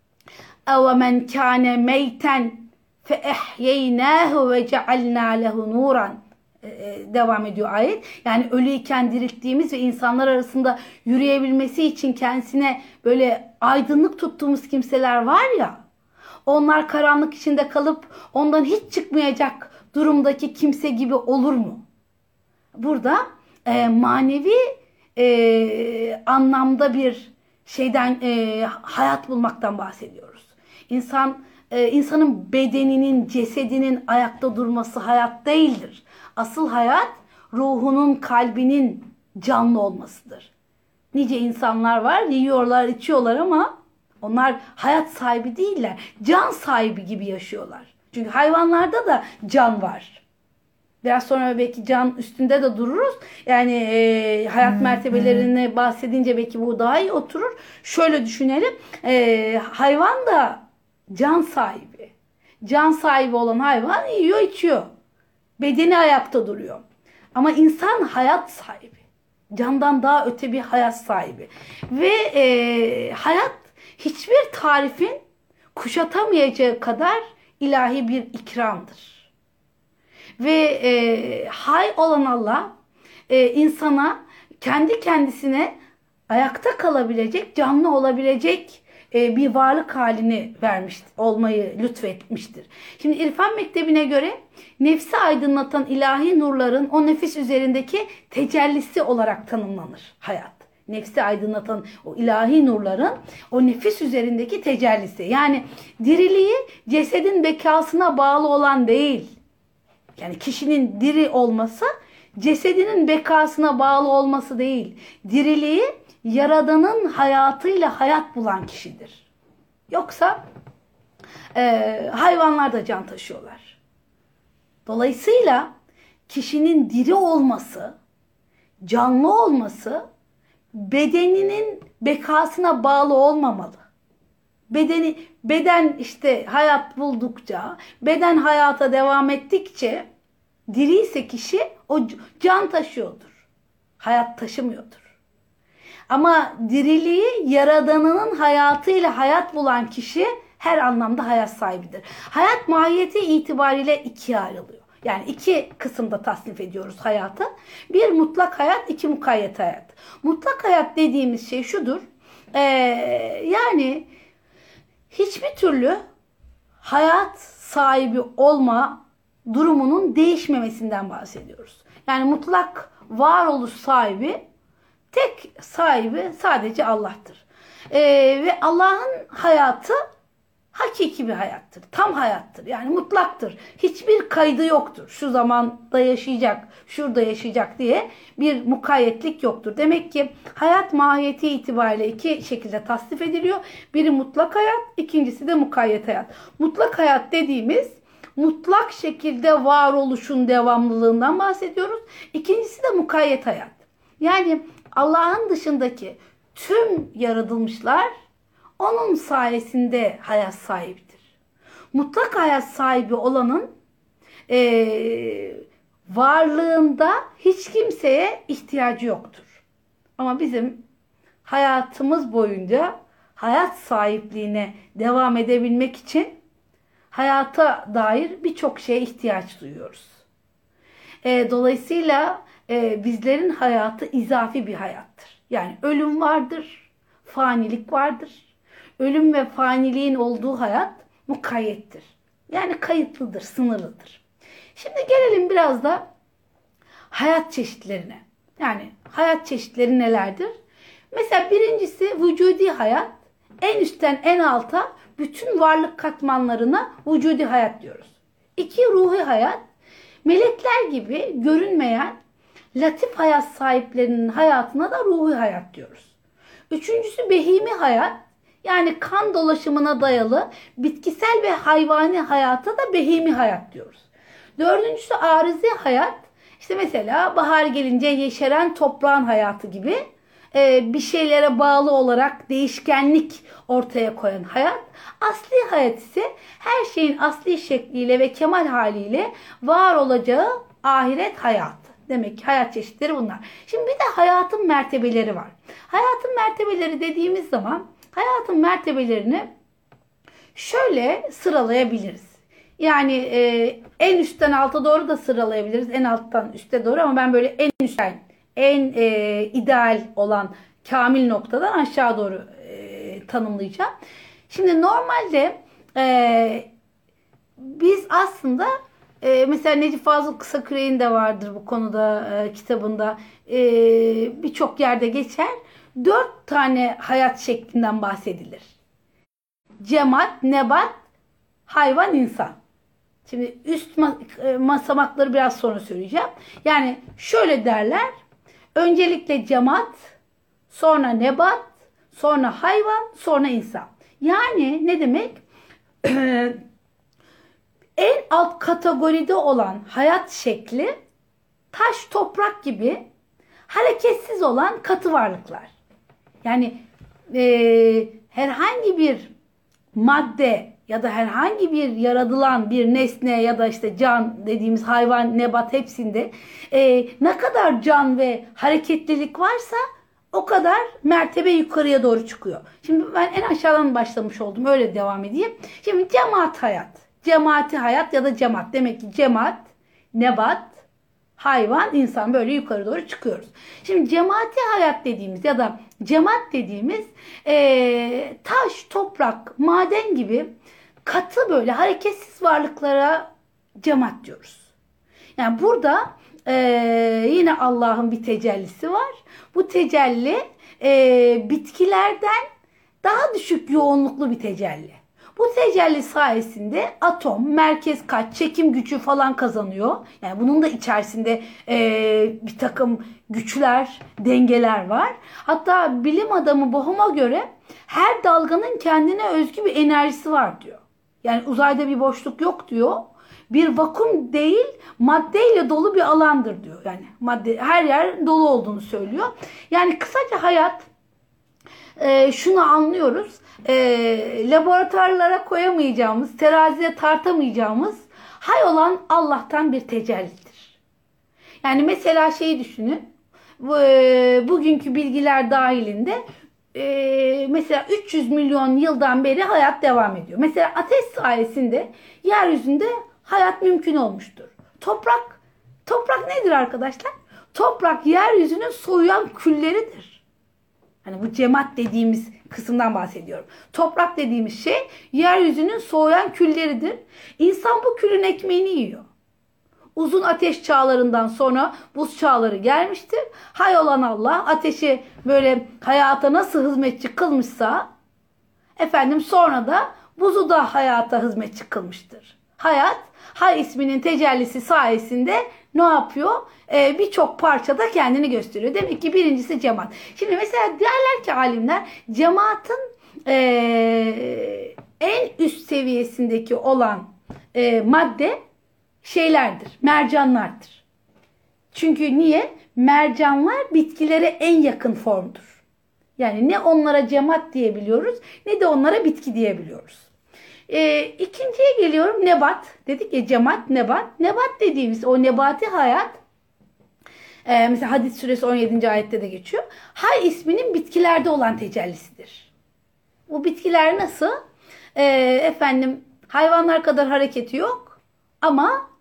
اَوَمَنْ كَانَ مَيْتًا فَاَحْيَيْنَاهُ وَجَعَلْنَا لَهُ نُورًا devam ediyor ayet. Yani ölüyken dirilttiğimiz ve insanlar arasında yürüyebilmesi için kendisine böyle aydınlık tuttuğumuz kimseler var ya, onlar karanlık içinde kalıp ondan hiç çıkmayacak durumdaki kimse gibi olur mu? Burada e, manevi e, anlamda bir şeyden e, hayat bulmaktan bahsediyoruz. İnsan e, insanın bedeninin, cesedinin ayakta durması hayat değildir. Asıl hayat ruhunun, kalbinin canlı olmasıdır. Nice insanlar var, yiyorlar, içiyorlar ama onlar hayat sahibi değiller. Can sahibi gibi yaşıyorlar. Çünkü hayvanlarda da can var. Biraz sonra belki can üstünde de dururuz. Yani e, hayat mertebelerini bahsedince belki bu daha iyi oturur. Şöyle düşünelim. E, hayvan da can sahibi. Can sahibi olan hayvan yiyor, içiyor. Bedeni ayakta duruyor. Ama insan hayat sahibi. Candan daha öte bir hayat sahibi. Ve e, hayat hiçbir tarifin kuşatamayacağı kadar ilahi bir ikramdır. Ve e, hay olan Allah e, insana kendi kendisine ayakta kalabilecek, canlı olabilecek e, bir varlık halini vermiş, olmayı lütfetmiştir. Şimdi İrfan Mektebi'ne göre nefsi aydınlatan ilahi nurların o nefis üzerindeki tecellisi olarak tanımlanır hayat. Nefsi aydınlatan o ilahi nurların o nefis üzerindeki tecellisi. Yani diriliği cesedin bekasına bağlı olan değil. Yani kişinin diri olması cesedinin bekasına bağlı olması değil. Diriliği Yaradan'ın hayatıyla hayat bulan kişidir. Yoksa e, hayvanlar da can taşıyorlar. Dolayısıyla kişinin diri olması, canlı olması bedeninin bekasına bağlı olmamalı. Bedeni, beden işte hayat buldukça, beden hayata devam ettikçe diri ise kişi o can taşıyordur. Hayat taşımıyordur. Ama diriliği Yaradan'ın hayatıyla hayat bulan kişi her anlamda hayat sahibidir. Hayat mahiyeti itibariyle ikiye ayrılıyor. Yani iki kısımda tasnif ediyoruz hayatı. Bir mutlak hayat, iki mukayyet hayat. Mutlak hayat dediğimiz şey şudur. Ee, yani hiçbir türlü hayat sahibi olma durumunun değişmemesinden bahsediyoruz. Yani mutlak varoluş sahibi, tek sahibi sadece Allah'tır. Ee, ve Allah'ın hayatı hakiki bir hayattır. Tam hayattır. Yani mutlaktır. Hiçbir kaydı yoktur. Şu zamanda yaşayacak, şurada yaşayacak diye bir mukayyetlik yoktur. Demek ki hayat mahiyeti itibariyle iki şekilde tasnif ediliyor. Biri mutlak hayat, ikincisi de mukayyet hayat. Mutlak hayat dediğimiz mutlak şekilde varoluşun devamlılığından bahsediyoruz. İkincisi de mukayyet hayat. Yani Allah'ın dışındaki tüm yaratılmışlar onun sayesinde hayat sahibidir. Mutlak hayat sahibi olanın e, varlığında hiç kimseye ihtiyacı yoktur. Ama bizim hayatımız boyunca hayat sahipliğine devam edebilmek için hayata dair birçok şeye ihtiyaç duyuyoruz. E, dolayısıyla e, bizlerin hayatı izafi bir hayattır. Yani ölüm vardır, fanilik vardır. Ölüm ve faniliğin olduğu hayat mukayyettir. Yani kayıtlıdır, sınırlıdır. Şimdi gelelim biraz da hayat çeşitlerine. Yani hayat çeşitleri nelerdir? Mesela birincisi vücudi hayat. En üstten en alta bütün varlık katmanlarına vücudi hayat diyoruz. İki ruhi hayat. Melekler gibi görünmeyen latif hayat sahiplerinin hayatına da ruhi hayat diyoruz. Üçüncüsü behimi hayat. Yani kan dolaşımına dayalı bitkisel ve hayvani hayata da behimi hayat diyoruz. Dördüncüsü arızi hayat. İşte mesela bahar gelince yeşeren toprağın hayatı gibi bir şeylere bağlı olarak değişkenlik ortaya koyan hayat. Asli hayat ise her şeyin asli şekliyle ve kemal haliyle var olacağı ahiret hayatı. Demek ki hayat çeşitleri bunlar. Şimdi bir de hayatın mertebeleri var. Hayatın mertebeleri dediğimiz zaman hayatın mertebelerini şöyle sıralayabiliriz. Yani e, en üstten alta doğru da sıralayabiliriz. En alttan üste doğru ama ben böyle en üstten, en e, ideal olan kamil noktadan aşağı doğru e, tanımlayacağım. Şimdi normalde e, biz aslında e, mesela Necip Fazıl Kısaküre'nin de vardır bu konuda e, kitabında e, birçok yerde geçer. Dört tane hayat şeklinden bahsedilir. Cemat, nebat, hayvan, insan. Şimdi üst basamakları biraz sonra söyleyeceğim. Yani şöyle derler. Öncelikle cemat, sonra nebat, sonra hayvan, sonra insan. Yani ne demek? En alt kategoride olan hayat şekli taş, toprak gibi hareketsiz olan katı varlıklar. Yani e, herhangi bir madde ya da herhangi bir yaratılan bir nesne ya da işte can dediğimiz hayvan, nebat hepsinde e, ne kadar can ve hareketlilik varsa o kadar mertebe yukarıya doğru çıkıyor. Şimdi ben en aşağıdan başlamış oldum. Öyle devam edeyim. Şimdi cemaat hayat. Cemaati hayat ya da cemaat. Demek ki cemaat, nebat, hayvan, insan böyle yukarı doğru çıkıyoruz. Şimdi cemaati hayat dediğimiz ya da cemaat dediğimiz e, taş, toprak, maden gibi katı böyle hareketsiz varlıklara cemaat diyoruz. Yani burada e, yine Allah'ın bir tecellisi var. Bu tecelli e, bitkilerden daha düşük yoğunluklu bir tecelli. Bu tecelli sayesinde atom, merkez kaç, çekim gücü falan kazanıyor. Yani bunun da içerisinde e, bir takım güçler, dengeler var. Hatta bilim adamı Bohm'a göre her dalganın kendine özgü bir enerjisi var diyor. Yani uzayda bir boşluk yok diyor. Bir vakum değil, maddeyle dolu bir alandır diyor. Yani madde her yer dolu olduğunu söylüyor. Yani kısaca hayat e, şunu anlıyoruz. E, laboratuvarlara koyamayacağımız, teraziye tartamayacağımız hay olan Allah'tan bir tecellidir. Yani mesela şeyi düşünün. Bu, e, bugünkü bilgiler dahilinde e, mesela üç yüz milyon yıldan beri hayat devam ediyor. Mesela ateş sayesinde yeryüzünde hayat mümkün olmuştur. Toprak, toprak nedir arkadaşlar? Toprak yeryüzünün soğuyan külleridir. Hani bu cemaat dediğimiz kısımdan bahsediyorum. Toprak dediğimiz şey yeryüzünün soğuyan külleridir. İnsan bu külün ekmeğini yiyor. Uzun ateş çağlarından sonra buz çağları gelmiştir. Hay olan Allah ateşi böyle hayata nasıl hizmetçi kılmışsa efendim sonra da buzu da hayata hizmetçi kılmıştır. Hayat, Hay isminin tecellisi sayesinde ne yapıyor? Ee, Birçok parçada kendini gösteriyor. Demek ki birincisi cemaat. Şimdi mesela derler ki alimler, cemaatin ee, en üst seviyesindeki olan e, madde şeylerdir, mercanlardır. Çünkü niye? Mercanlar bitkilere en yakın formdur. Yani ne onlara cemaat diyebiliyoruz, ne de onlara bitki diyebiliyoruz. E, ikinciye geliyorum, nebat. Dedik ya cemaat, nebat. Nebat dediğimiz o nebati hayat, e, mesela Hadid suresi on yedinci ayette de geçiyor. Hay isminin bitkilerde olan tecellisidir. Bu bitkiler nasıl? E, efendim hayvanlar kadar hareketi yok ama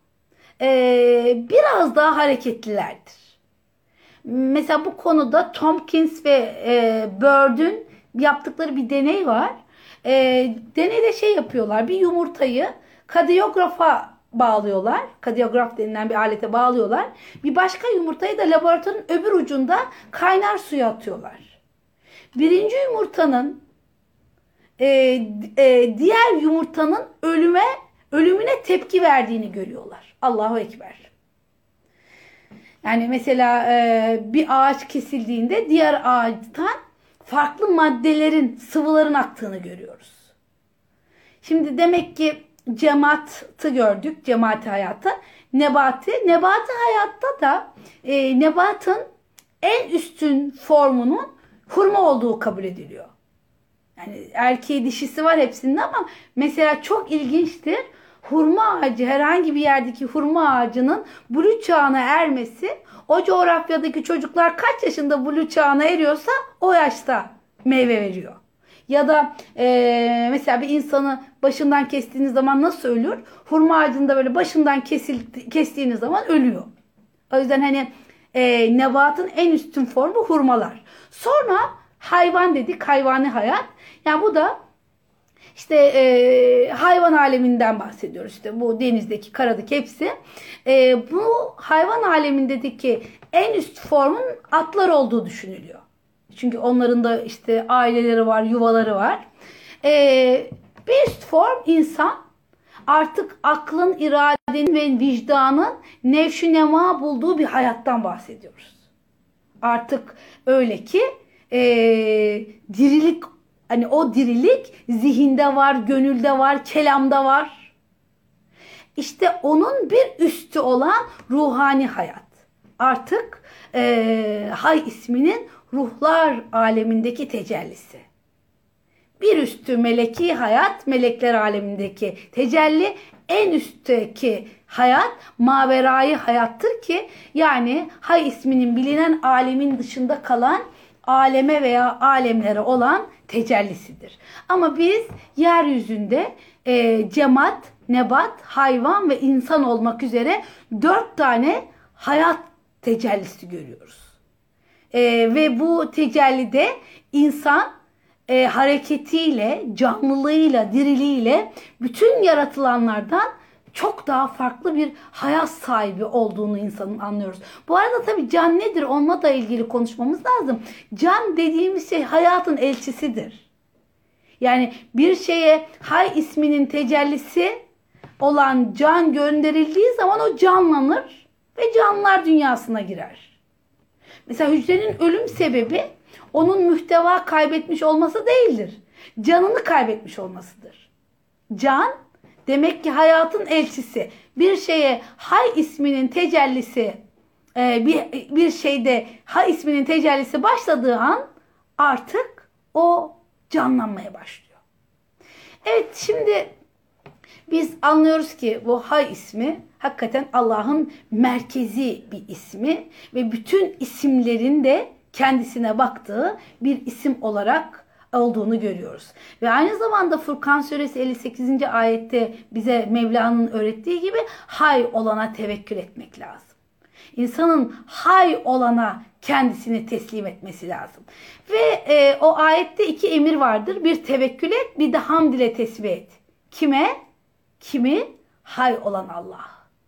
e, biraz daha hareketlilerdir. Mesela bu konuda Tompkins ve e, Bird'ün yaptıkları bir deney var. E, deneyde şey yapıyorlar. Bir yumurtayı kadyografa bağlıyorlar. Kadyograf denilen bir alete bağlıyorlar. Bir başka yumurtayı da laboratuvarın öbür ucunda kaynar suya atıyorlar. Birinci yumurtanın e, e, diğer yumurtanın ölüme ölümüne tepki verdiğini görüyorlar. Allahu Ekber. Yani mesela e, bir ağaç kesildiğinde diğer ağaçtan farklı maddelerin, sıvıların aktığını görüyoruz. Şimdi demek ki cemaatı gördük, cemaati hayatı. Nebati, nebati hayatta da e, nebatın en üstün formunun hurma olduğu kabul ediliyor. Yani erkeği dişisi var hepsinin ama mesela çok ilginçtir. Hurma ağacı, herhangi bir yerdeki hurma ağacının buluç çağına ermesi, o coğrafyadaki çocuklar kaç yaşında buluç çağına eriyorsa o yaşta meyve veriyor. Ya da e, mesela bir insanı başından kestiğiniz zaman nasıl ölür? Hurma ağacında böyle başından kesil, kestiğiniz zaman ölüyor. O yüzden hani e, nebatın en üstün formu hurmalar. Sonra hayvan dedik, hayvani hayat. Yani bu da İşte e, hayvan aleminden bahsediyoruz. İşte bu denizdeki, karadaki hepsi. E, bu hayvan alemindeki en üst formun atlar olduğu düşünülüyor. Çünkü onların da işte aileleri var, yuvaları var. E, bir üst form insan. Artık aklın, iradenin ve vicdanın nevşü nema bulduğu bir hayattan bahsediyoruz. Artık öyle ki e, dirilik, hani o dirilik zihinde var, gönülde var, kelamda var. İşte onun bir üstü olan ruhani hayat. Artık e, Hay isminin ruhlar alemindeki tecellisi. Bir üstü meleki hayat, melekler alemindeki tecelli, en üstteki hayat maverayı hayattır ki yani Hay isminin bilinen alemin dışında kalan aleme veya alemlere olan tecellisidir. Ama biz yeryüzünde e, cemaat, nebat, hayvan ve insan olmak üzere dört tane hayat tecellisi görüyoruz. E, ve bu tecellide insan e, hareketiyle, canlılığıyla, diriliğiyle bütün yaratılanlardan çok daha farklı bir hayat sahibi olduğunu insanın anlıyoruz. Bu arada tabii can nedir? Onunla da ilgili konuşmamız lazım. Can dediğimiz şey hayatın elçisidir. Yani bir şeye Hay isminin tecellisi olan can gönderildiği zaman o canlanır ve canlılar dünyasına girer. Mesela hücrenin ölüm sebebi onun muhteva kaybetmiş olması değildir. Canını kaybetmiş olmasıdır. Can demek ki hayatın elçisi. Bir şeye Hay isminin tecellisi, bir, bir şeyde Hay isminin tecellisi başladığı an artık o canlanmaya başlıyor. Evet, şimdi biz anlıyoruz ki bu Hay ismi hakikaten Allah'ın merkezi bir ismi ve bütün isimlerin de kendisine baktığı bir isim olarak olduğunu görüyoruz. Ve aynı zamanda Furkan suresi elli sekizinci ayette bize Mevla'nın öğrettiği gibi hay olana tevekkül etmek lazım. İnsanın hay olana kendisini teslim etmesi lazım. Ve e, o ayette iki emir vardır. Bir tevekkül et, bir de hamd ile tesbih et. Kime? Kimi? Hay olan Allah.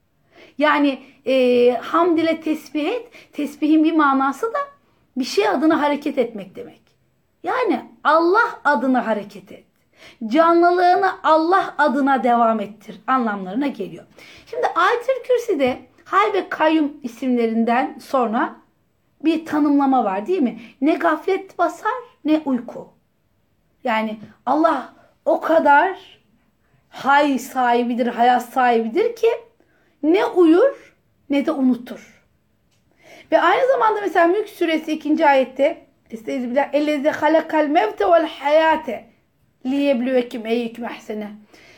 Yani e, hamd ile tesbih et. Tesbihin bir manası da bir şey adına hareket etmek demek. Yani Allah adına hareket et. Canlılığını Allah adına devam ettir anlamlarına geliyor. Şimdi Ayet-i Kürsi'de Hay ve Kayyum isimlerinden sonra bir tanımlama var değil mi? Ne gaflet basar ne uyku. Yani Allah o kadar hay sahibidir, hayat sahibidir ki ne uyur ne de unutur. Ve aynı zamanda mesela Mülk suresi ikinci ayette Estağfirullah. Ellezî halakal mevte vel hayâte liyebluvekum eyyüküm ahsene.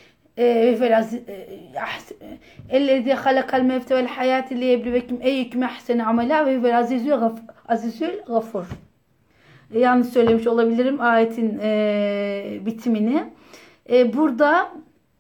Ellezî halakal mevte vel hayâte liyebluvekum eyyüküm ahsene amela ve huvel azizül gafur. Yanlış söylemiş olabilirim ayetin e, bitimini. E, burada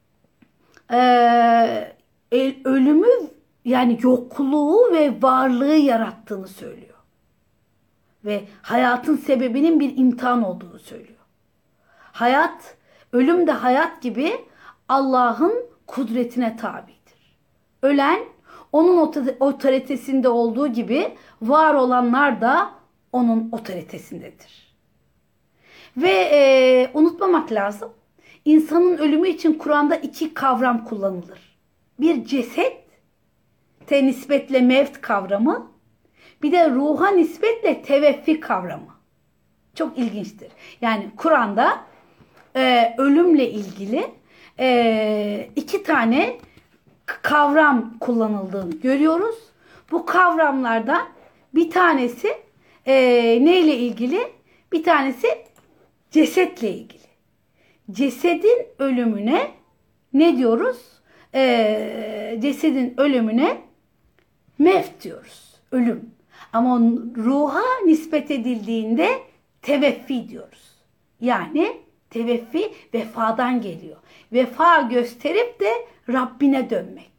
e, ölümü yani yokluğu ve varlığı yarattığını söylüyor. Ve hayatın sebebinin bir imtihan olduğunu söylüyor. Hayat, ölüm de hayat gibi Allah'ın kudretine tabidir. Ölen, onun otoritesinde olduğu gibi var olanlar da onun otoritesindedir. Ve e, unutmamak lazım. İnsanın ölümü için Kur'an'da iki kavram kullanılır. Bir ceset, te nispetle mevt kavramı, bir de ruha nispetle teveffi kavramı. Çok ilginçtir. Yani Kur'an'da e, ölümle ilgili e, iki tane kavram kullanıldığını görüyoruz. Bu kavramlardan bir tanesi e, neyle ilgili? Bir tanesi cesetle ilgili. Cesedin ölümüne ne diyoruz? E, cesedin ölümüne mevt diyoruz. Ölüm. Ama ruha nispet edildiğinde teveffi diyoruz. Yani teveffi vefadan geliyor. Vefa gösterip de Rabbine dönmek.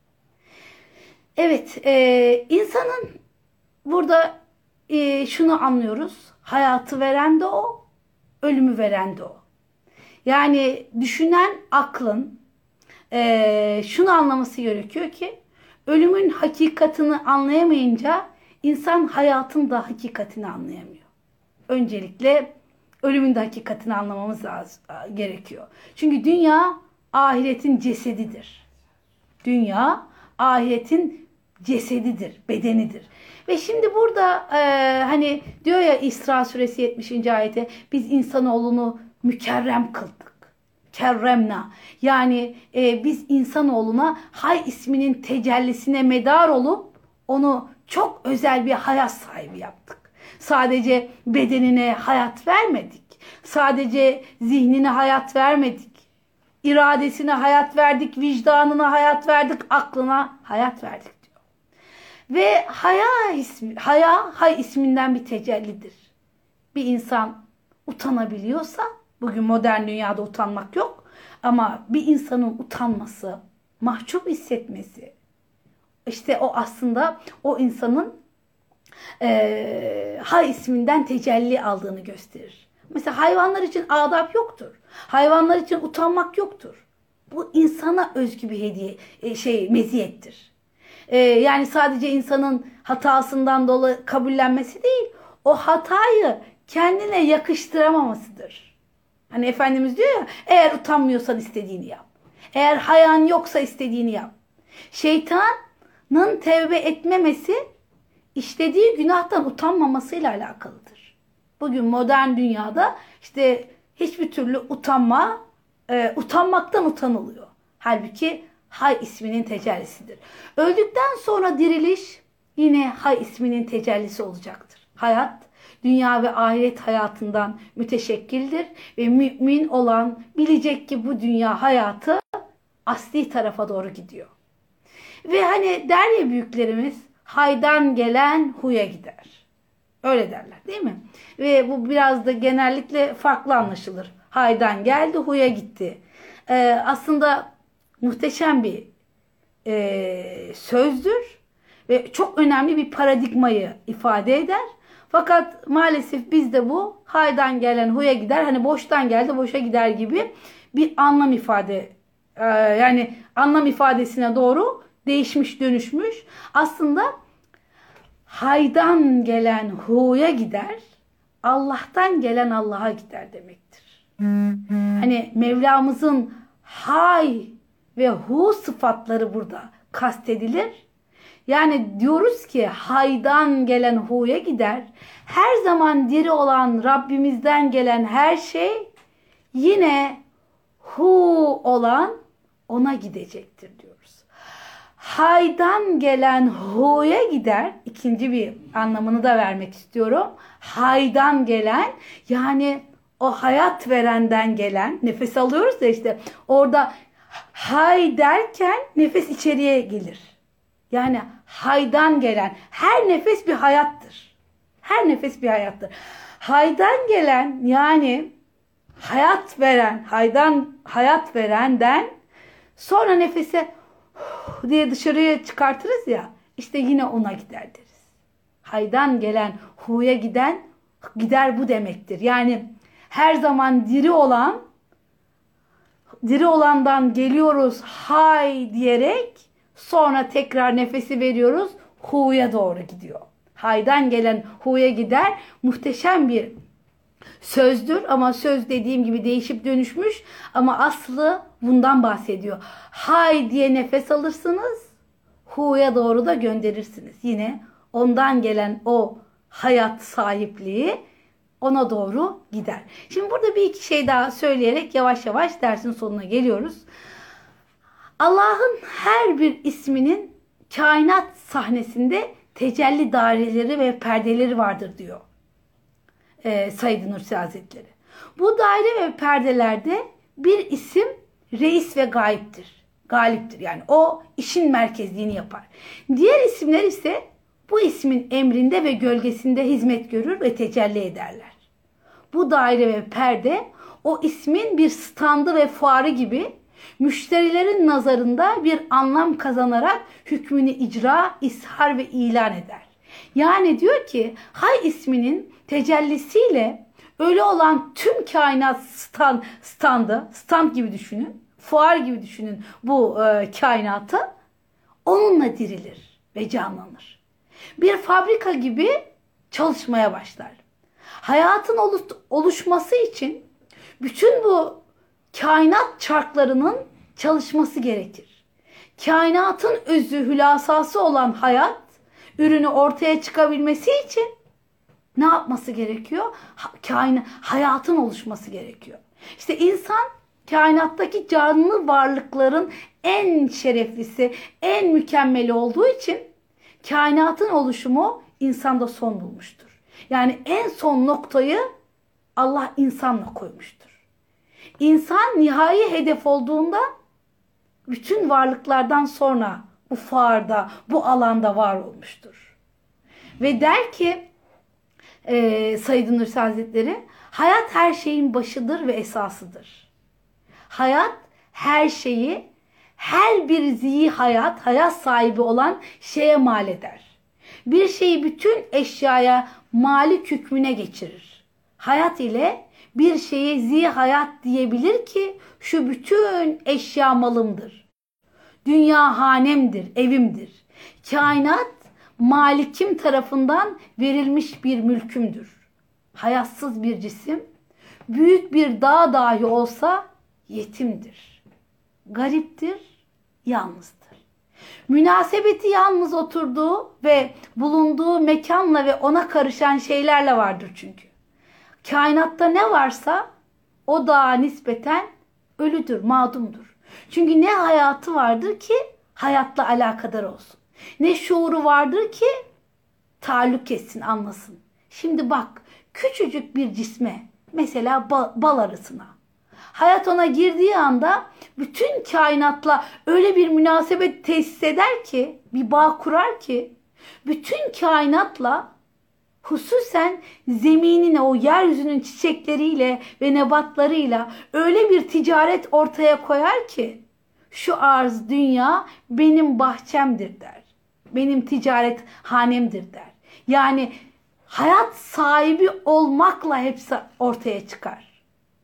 Evet, e, insanın burada e, şunu anlıyoruz. Hayatı veren de o, ölümü veren de o. Yani düşünen aklın e, şunu anlaması gerekiyor ki ölümün hakikatini anlayamayınca insan hayatın da hakikatini anlayamıyor. Öncelikle ölümün de hakikatini anlamamız lazım, gerekiyor. Çünkü dünya ahiretin cesedidir. Dünya ahiretin cesedidir, bedenidir. Ve şimdi burada e, hani diyor ya İsra suresi yetmişinci ayete biz insanoğlunu mükerrem kıldık. Kerremna. Yani e, biz insanoğluna Hay isminin tecellisine medar olup onu çok özel bir hayat sahibi yaptık. Sadece bedenine hayat vermedik. Sadece zihnine hayat vermedik. İradesine hayat verdik, vicdanına hayat verdik, aklına hayat verdik diyor. Ve haya ismi, haya Hay isminden bir tecellidir. Bir insan utanabiliyorsa, bugün modern dünyada utanmak yok, ama bir insanın utanması, mahcup hissetmesi, işte o aslında o insanın e, Hay isminden tecelli aldığını gösterir. Mesela hayvanlar için adab yoktur. Hayvanlar için utanmak yoktur. Bu insana özgü bir hediye, e, şey meziyettir. E, yani sadece insanın hatasından dolayı kabullenmesi değil, o hatayı kendine yakıştıramamasıdır. Hani Efendimiz diyor ya, eğer utanmıyorsan istediğini yap. Eğer hayan yoksa istediğini yap. Şeytanın tevbe etmemesi, işlediği günahtan utanmamasıyla alakalıdır. Bugün modern dünyada işte hiçbir türlü utanma, e, utanmaktan utanılıyor. Halbuki Hay isminin tecellisidir. Öldükten sonra diriliş yine Hay isminin tecellisi olacaktır. Hayat, dünya ve ahiret hayatından müteşekkildir ve mümin olan bilecek ki bu dünya hayatı asli tarafa doğru gidiyor. Ve hani der ya büyüklerimiz, haydan gelen huya gider. Öyle derler değil mi? Ve bu biraz da genellikle farklı anlaşılır. Haydan geldi, huya gitti. Ee, aslında muhteşem bir e, sözdür ve çok önemli bir paradigmayı ifade eder. Fakat maalesef bizde bu haydan gelen huya gider, hani boştan geldi boşa gider gibi bir anlam ifade, e, yani anlam ifadesine doğru değişmiş, dönüşmüş. Aslında haydan gelen huya gider, Allah'tan gelen Allah'a gider demektir. Hani Mevlamızın hay ve hu sıfatları burada kastedilir. Yani diyoruz ki haydan gelen hu'ya gider. Her zaman diri olan Rabbimizden gelen her şey yine hu olan ona gidecektir diyoruz. Haydan gelen hu'ya gider. İkinci bir anlamını da vermek istiyorum. Haydan gelen, yani o hayat verenden gelen, nefes alıyoruz da işte orada hay derken nefes içeriye gelir. Yani haydan gelen her nefes bir hayattır. Her nefes bir hayattır. Haydan gelen, yani hayat veren, haydan hayat verenden sonra nefese diye dışarıya çıkartırız ya, işte yine ona gider deriz. Haydan gelen hu'ya giden gider bu demektir. Yani her zaman diri olan, diri olandan geliyoruz hay diyerek, sonra tekrar nefesi veriyoruz, hu'ya doğru gidiyor. Haydan gelen hu'ya gider. Muhteşem bir sözdür ama söz dediğim gibi değişip dönüşmüş, ama aslı bundan bahsediyor. Hay diye nefes alırsınız, hu'ya doğru da gönderirsiniz. Yine ondan gelen o hayat sahipliği ona doğru gider. Şimdi burada bir iki şey daha söyleyerek yavaş yavaş dersin sonuna geliyoruz. Allah'ın her bir isminin kainat sahnesinde tecelli daireleri ve perdeleri vardır diyor e, Said Nursi Hazretleri. Bu daire ve perdelerde bir isim reis ve gayiptir. Galiptir. Yani o işin merkezliğini yapar. Diğer isimler ise bu ismin emrinde ve gölgesinde hizmet görür ve tecelli ederler. Bu daire ve perde o ismin bir standı ve fuarı gibi müşterilerin nazarında bir anlam kazanarak hükmünü icra, ishar ve ilan eder. Yani diyor ki hay isminin tecellisiyle öyle olan tüm kainat stand, standı, stand gibi düşünün, fuar gibi düşünün bu e, kainatı, onunla dirilir ve canlanır. Bir fabrika gibi çalışmaya başlar. Hayatın oluşması için bütün bu kainat çarklarının çalışması gerekir. Kainatın özü, hülasası olan hayat ürünü ortaya çıkabilmesi için ne yapması gerekiyor? Kainat, hayatın oluşması gerekiyor. İşte insan kainattaki canlı varlıkların en şereflisi, en mükemmeli olduğu için kainatın oluşumu insanda son bulmuştur. Yani en son noktayı Allah insanla koymuştur. İnsan nihai hedef olduğunda bütün varlıklardan sonra bu fuarda, bu alanda var olmuştur. Ve der ki e, Said Nursi Hazretleri, hayat her şeyin başıdır ve esasıdır. Hayat her şeyi, her bir ziyi hayat, hayat sahibi olan şeye mal eder. Bir şeyi bütün eşyaya malik hükmüne geçirir. Hayat ile bir şeye zi hayat diyebilir ki şu bütün eşya malımdır. Dünya hanemdir, evimdir. Kainat malikim tarafından verilmiş bir mülkümdür. Hayatsız bir cisim, büyük bir dağ dahi olsa yetimdir. Gariptir, yalnızdır. Münasebeti yalnız oturduğu ve bulunduğu mekanla ve ona karışan şeylerle vardır çünkü. Kainatta ne varsa o dağa nispeten ölüdür, mağdumdur. Çünkü ne hayatı vardır ki hayatla alakadar olsun. Ne şuuru vardır ki taalluk etsin, anlasın. Şimdi bak, küçücük bir cisme, mesela bal arısına, hayat ona girdiği anda bütün kainatla öyle bir münasebet tesis eder ki, bir bağ kurar ki, bütün kainatla, hususen zeminine, o yeryüzünün çiçekleriyle ve nebatlarıyla öyle bir ticaret ortaya koyar ki, şu arz dünya benim bahçemdir der. Benim ticaret hanemdir der. Yani hayat sahibi olmakla hepsi ortaya çıkar.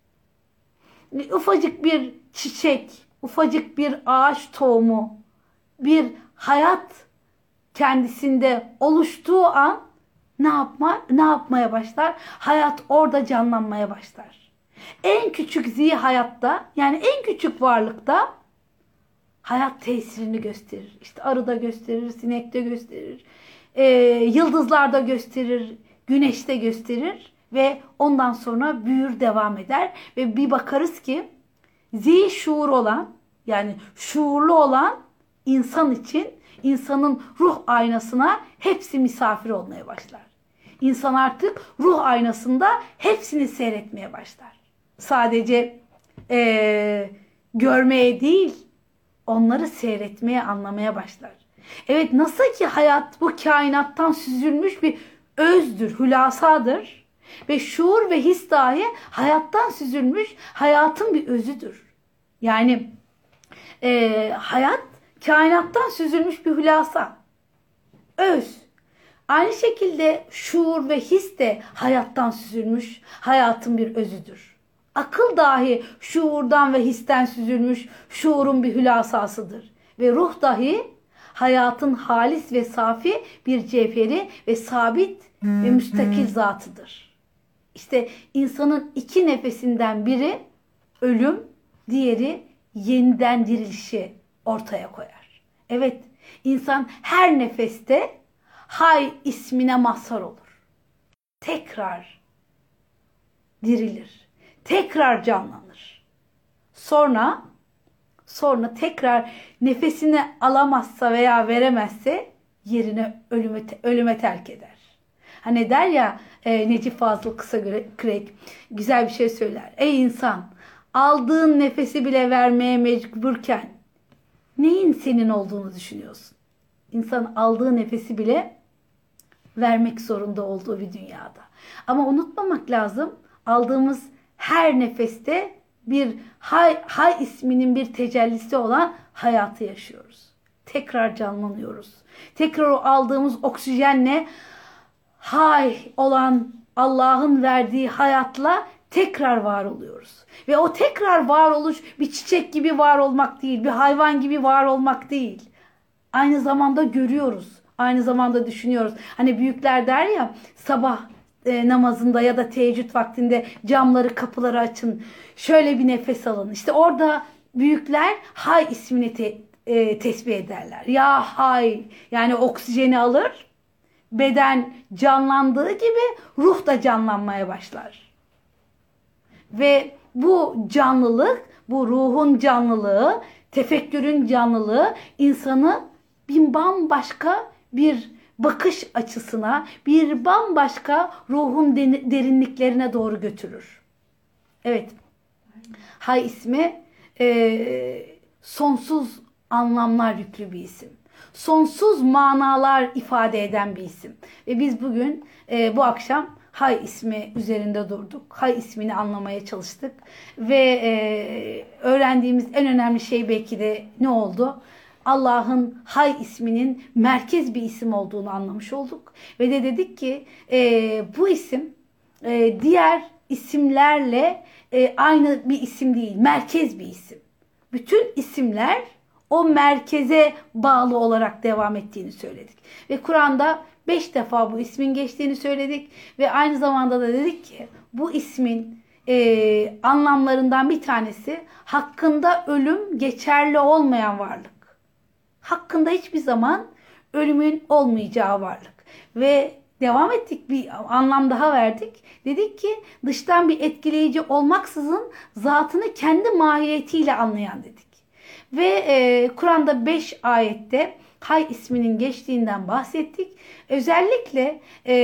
Ufacık bir çiçek, ufacık bir ağaç tohumu, bir hayat kendisinde oluştuğu an ne yapma, ne yapmaya başlar? Hayat orada canlanmaya başlar. En küçük zi hayatta, yani en küçük varlıkta hayat tesirini gösterir. İşte arıda gösterir, sinekte gösterir, e, yıldızlarda gösterir, güneşte gösterir ve ondan sonra büyür, devam eder ve bir bakarız ki zi şuur olan, yani şuurlu olan insan için insanın ruh aynasına hepsi misafir olmaya başlar. İnsan artık ruh aynasında hepsini seyretmeye başlar. Sadece e, görmeye değil, onları seyretmeye, anlamaya başlar. Evet, nasıl ki hayat bu kainattan süzülmüş bir özdür, hülasadır ve şuur ve his dahi hayattan süzülmüş hayatın bir özüdür. Yani e, hayat kainattan süzülmüş bir hülasa, öz. Aynı şekilde şuur ve his de hayattan süzülmüş hayatın bir özüdür. Akıl dahi şuurdan ve histen süzülmüş şuurun bir hülasasıdır. Ve ruh dahi hayatın halis ve safi bir cevheri ve sabit ve müstakil zatıdır. İşte insanın iki nefesinden biri ölüm, diğeri yeniden dirilişi ortaya koyar. Evet, insan her nefeste Hay ismine mazhar olur. Tekrar dirilir. Tekrar canlanır. Sonra sonra tekrar nefesini alamazsa veya veremezse yerine ölüme, ölüme terk eder. Hani der ya e, Necip Fazıl Kısakürek güzel bir şey söyler. Ey insan, aldığın nefesi bile vermeye mecburken neyin senin olduğunu düşünüyorsun? İnsan aldığı nefesi bile vermek zorunda olduğu bir dünyada. Ama unutmamak lazım, aldığımız her nefeste bir hay, hay isminin bir tecellisi olan hayatı yaşıyoruz. Tekrar canlanıyoruz. Tekrar o aldığımız oksijenle hay olan Allah'ın verdiği hayatla tekrar var oluyoruz. Ve o tekrar varoluş bir çiçek gibi var olmak değil, bir hayvan gibi var olmak değil. Aynı zamanda görüyoruz. Aynı zamanda düşünüyoruz. Hani büyükler der ya, sabah e, namazında ya da teheccüd vaktinde camları, kapıları açın. Şöyle bir nefes alın. İşte orada büyükler hay ismini te, e, tesbih ederler. Ya hay, yani oksijeni alır. Beden canlandığı gibi ruh da canlanmaya başlar. Ve bu canlılık, bu ruhun canlılığı, tefekkürün canlılığı insanı bir bambaşka bir bakış açısına, bir bambaşka ruhun derinliklerine doğru götürür. Evet, Hay ismi e, sonsuz anlamlar yüklü bir isim. Sonsuz manalar ifade eden bir isim. Ve biz bugün e, bu akşam Hay ismi üzerinde durduk. Hay ismini anlamaya çalıştık. Ve e, öğrendiğimiz en önemli şey belki de ne oldu? Allah'ın Hay isminin merkez bir isim olduğunu anlamış olduk. Ve de dedik ki e, bu isim e, diğer isimlerle e, aynı bir isim değil. Merkez bir isim. Bütün isimler o merkeze bağlı olarak devam ettiğini söyledik. Ve Kur'an'da beş defa bu ismin geçtiğini söyledik. Ve aynı zamanda da dedik ki bu ismin e, anlamlarından bir tanesi hakkında ölüm geçerli olmayan varlık. Hakkında hiçbir zaman ölümün olmayacağı varlık. Ve devam ettik, bir anlam daha verdik. Dedik ki dıştan bir etkileyici olmaksızın zatını kendi mahiyetiyle anlayan dedik. Ve e, Kur'an'da beş ayette Hay isminin geçtiğinden bahsettik. Özellikle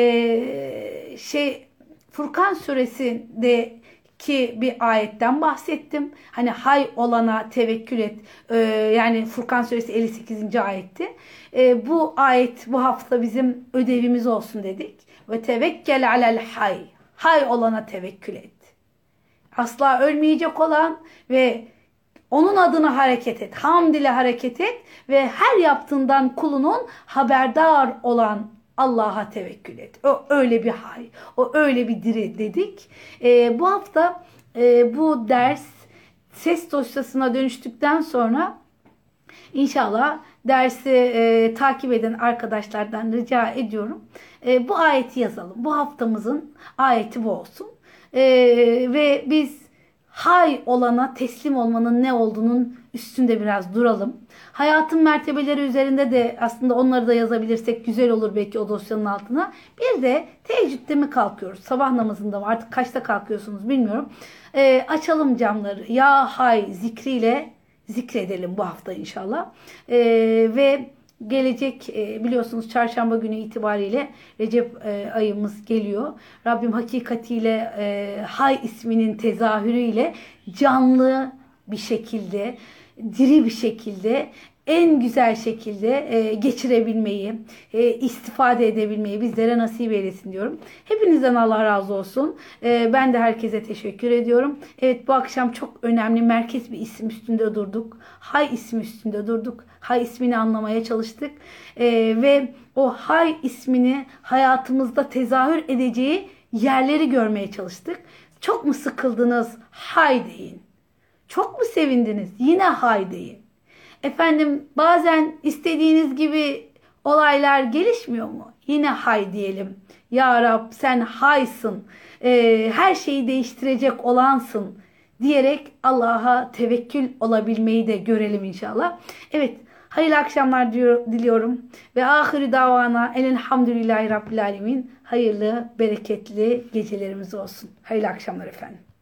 e, şey Furkan suresinde ki bir ayetten bahsettim. Hani hay olana tevekkül et. Ee, yani Furkan suresi elli sekizinci ayetti. Ee, bu ayet bu hafta bizim ödevimiz olsun dedik. Ve tevekkel alel hay. Hay olana tevekkül et. Asla ölmeyecek olan ve onun adına hareket et. Hamd ile hareket et ve her yaptığından kulunun haberdar olan Allah'a tevekkül et. O öyle bir hay, o öyle bir diri dedik. E, bu hafta e, bu ders ses dosyasına dönüştükten sonra inşallah dersi e, takip eden arkadaşlardan rica ediyorum. E, bu ayeti yazalım. Bu haftamızın ayeti bu olsun. E, ve biz hay olana teslim olmanın ne olduğunun üstünde biraz duralım. Hayatın mertebeleri üzerinde de aslında onları da yazabilirsek güzel olur belki o dosyanın altına. Bir de teheccüde mi kalkıyoruz? Sabah namazında mı? Artık kaçta kalkıyorsunuz bilmiyorum. Ee, açalım camları. Ya hay zikriyle zikredelim bu hafta inşallah. Ee, ve gelecek e, biliyorsunuz çarşamba günü itibariyle Recep e, ayımız geliyor. Rabbim hakikatiyle e, Hay isminin tezahürüyle canlı bir şekilde, diri bir şekilde, en güzel şekilde e, geçirebilmeyi, e, istifade edebilmeyi bizlere nasip eylesin diyorum. Hepinizden Allah razı olsun. E, ben de herkese teşekkür ediyorum. Evet, bu akşam çok önemli merkez bir isim üstünde durduk. Hay ismi üstünde durduk. Hay ismini anlamaya çalıştık. E, ve o Hay ismini hayatımızda tezahür edeceği yerleri görmeye çalıştık. Çok mu sıkıldınız? Hay deyin. Çok mu sevindiniz? Yine hay deyin. Efendim bazen istediğiniz gibi olaylar gelişmiyor mu? Yine hay diyelim. Ya Rab sen haysın. Ee, her şeyi değiştirecek olansın diyerek Allah'a tevekkül olabilmeyi de görelim inşallah. Evet, hayırlı akşamlar diyor, diliyorum. Ve ahiri davana elhamdülillahi rabbil alemin. Hayırlı, bereketli gecelerimiz olsun. Hayırlı akşamlar efendim.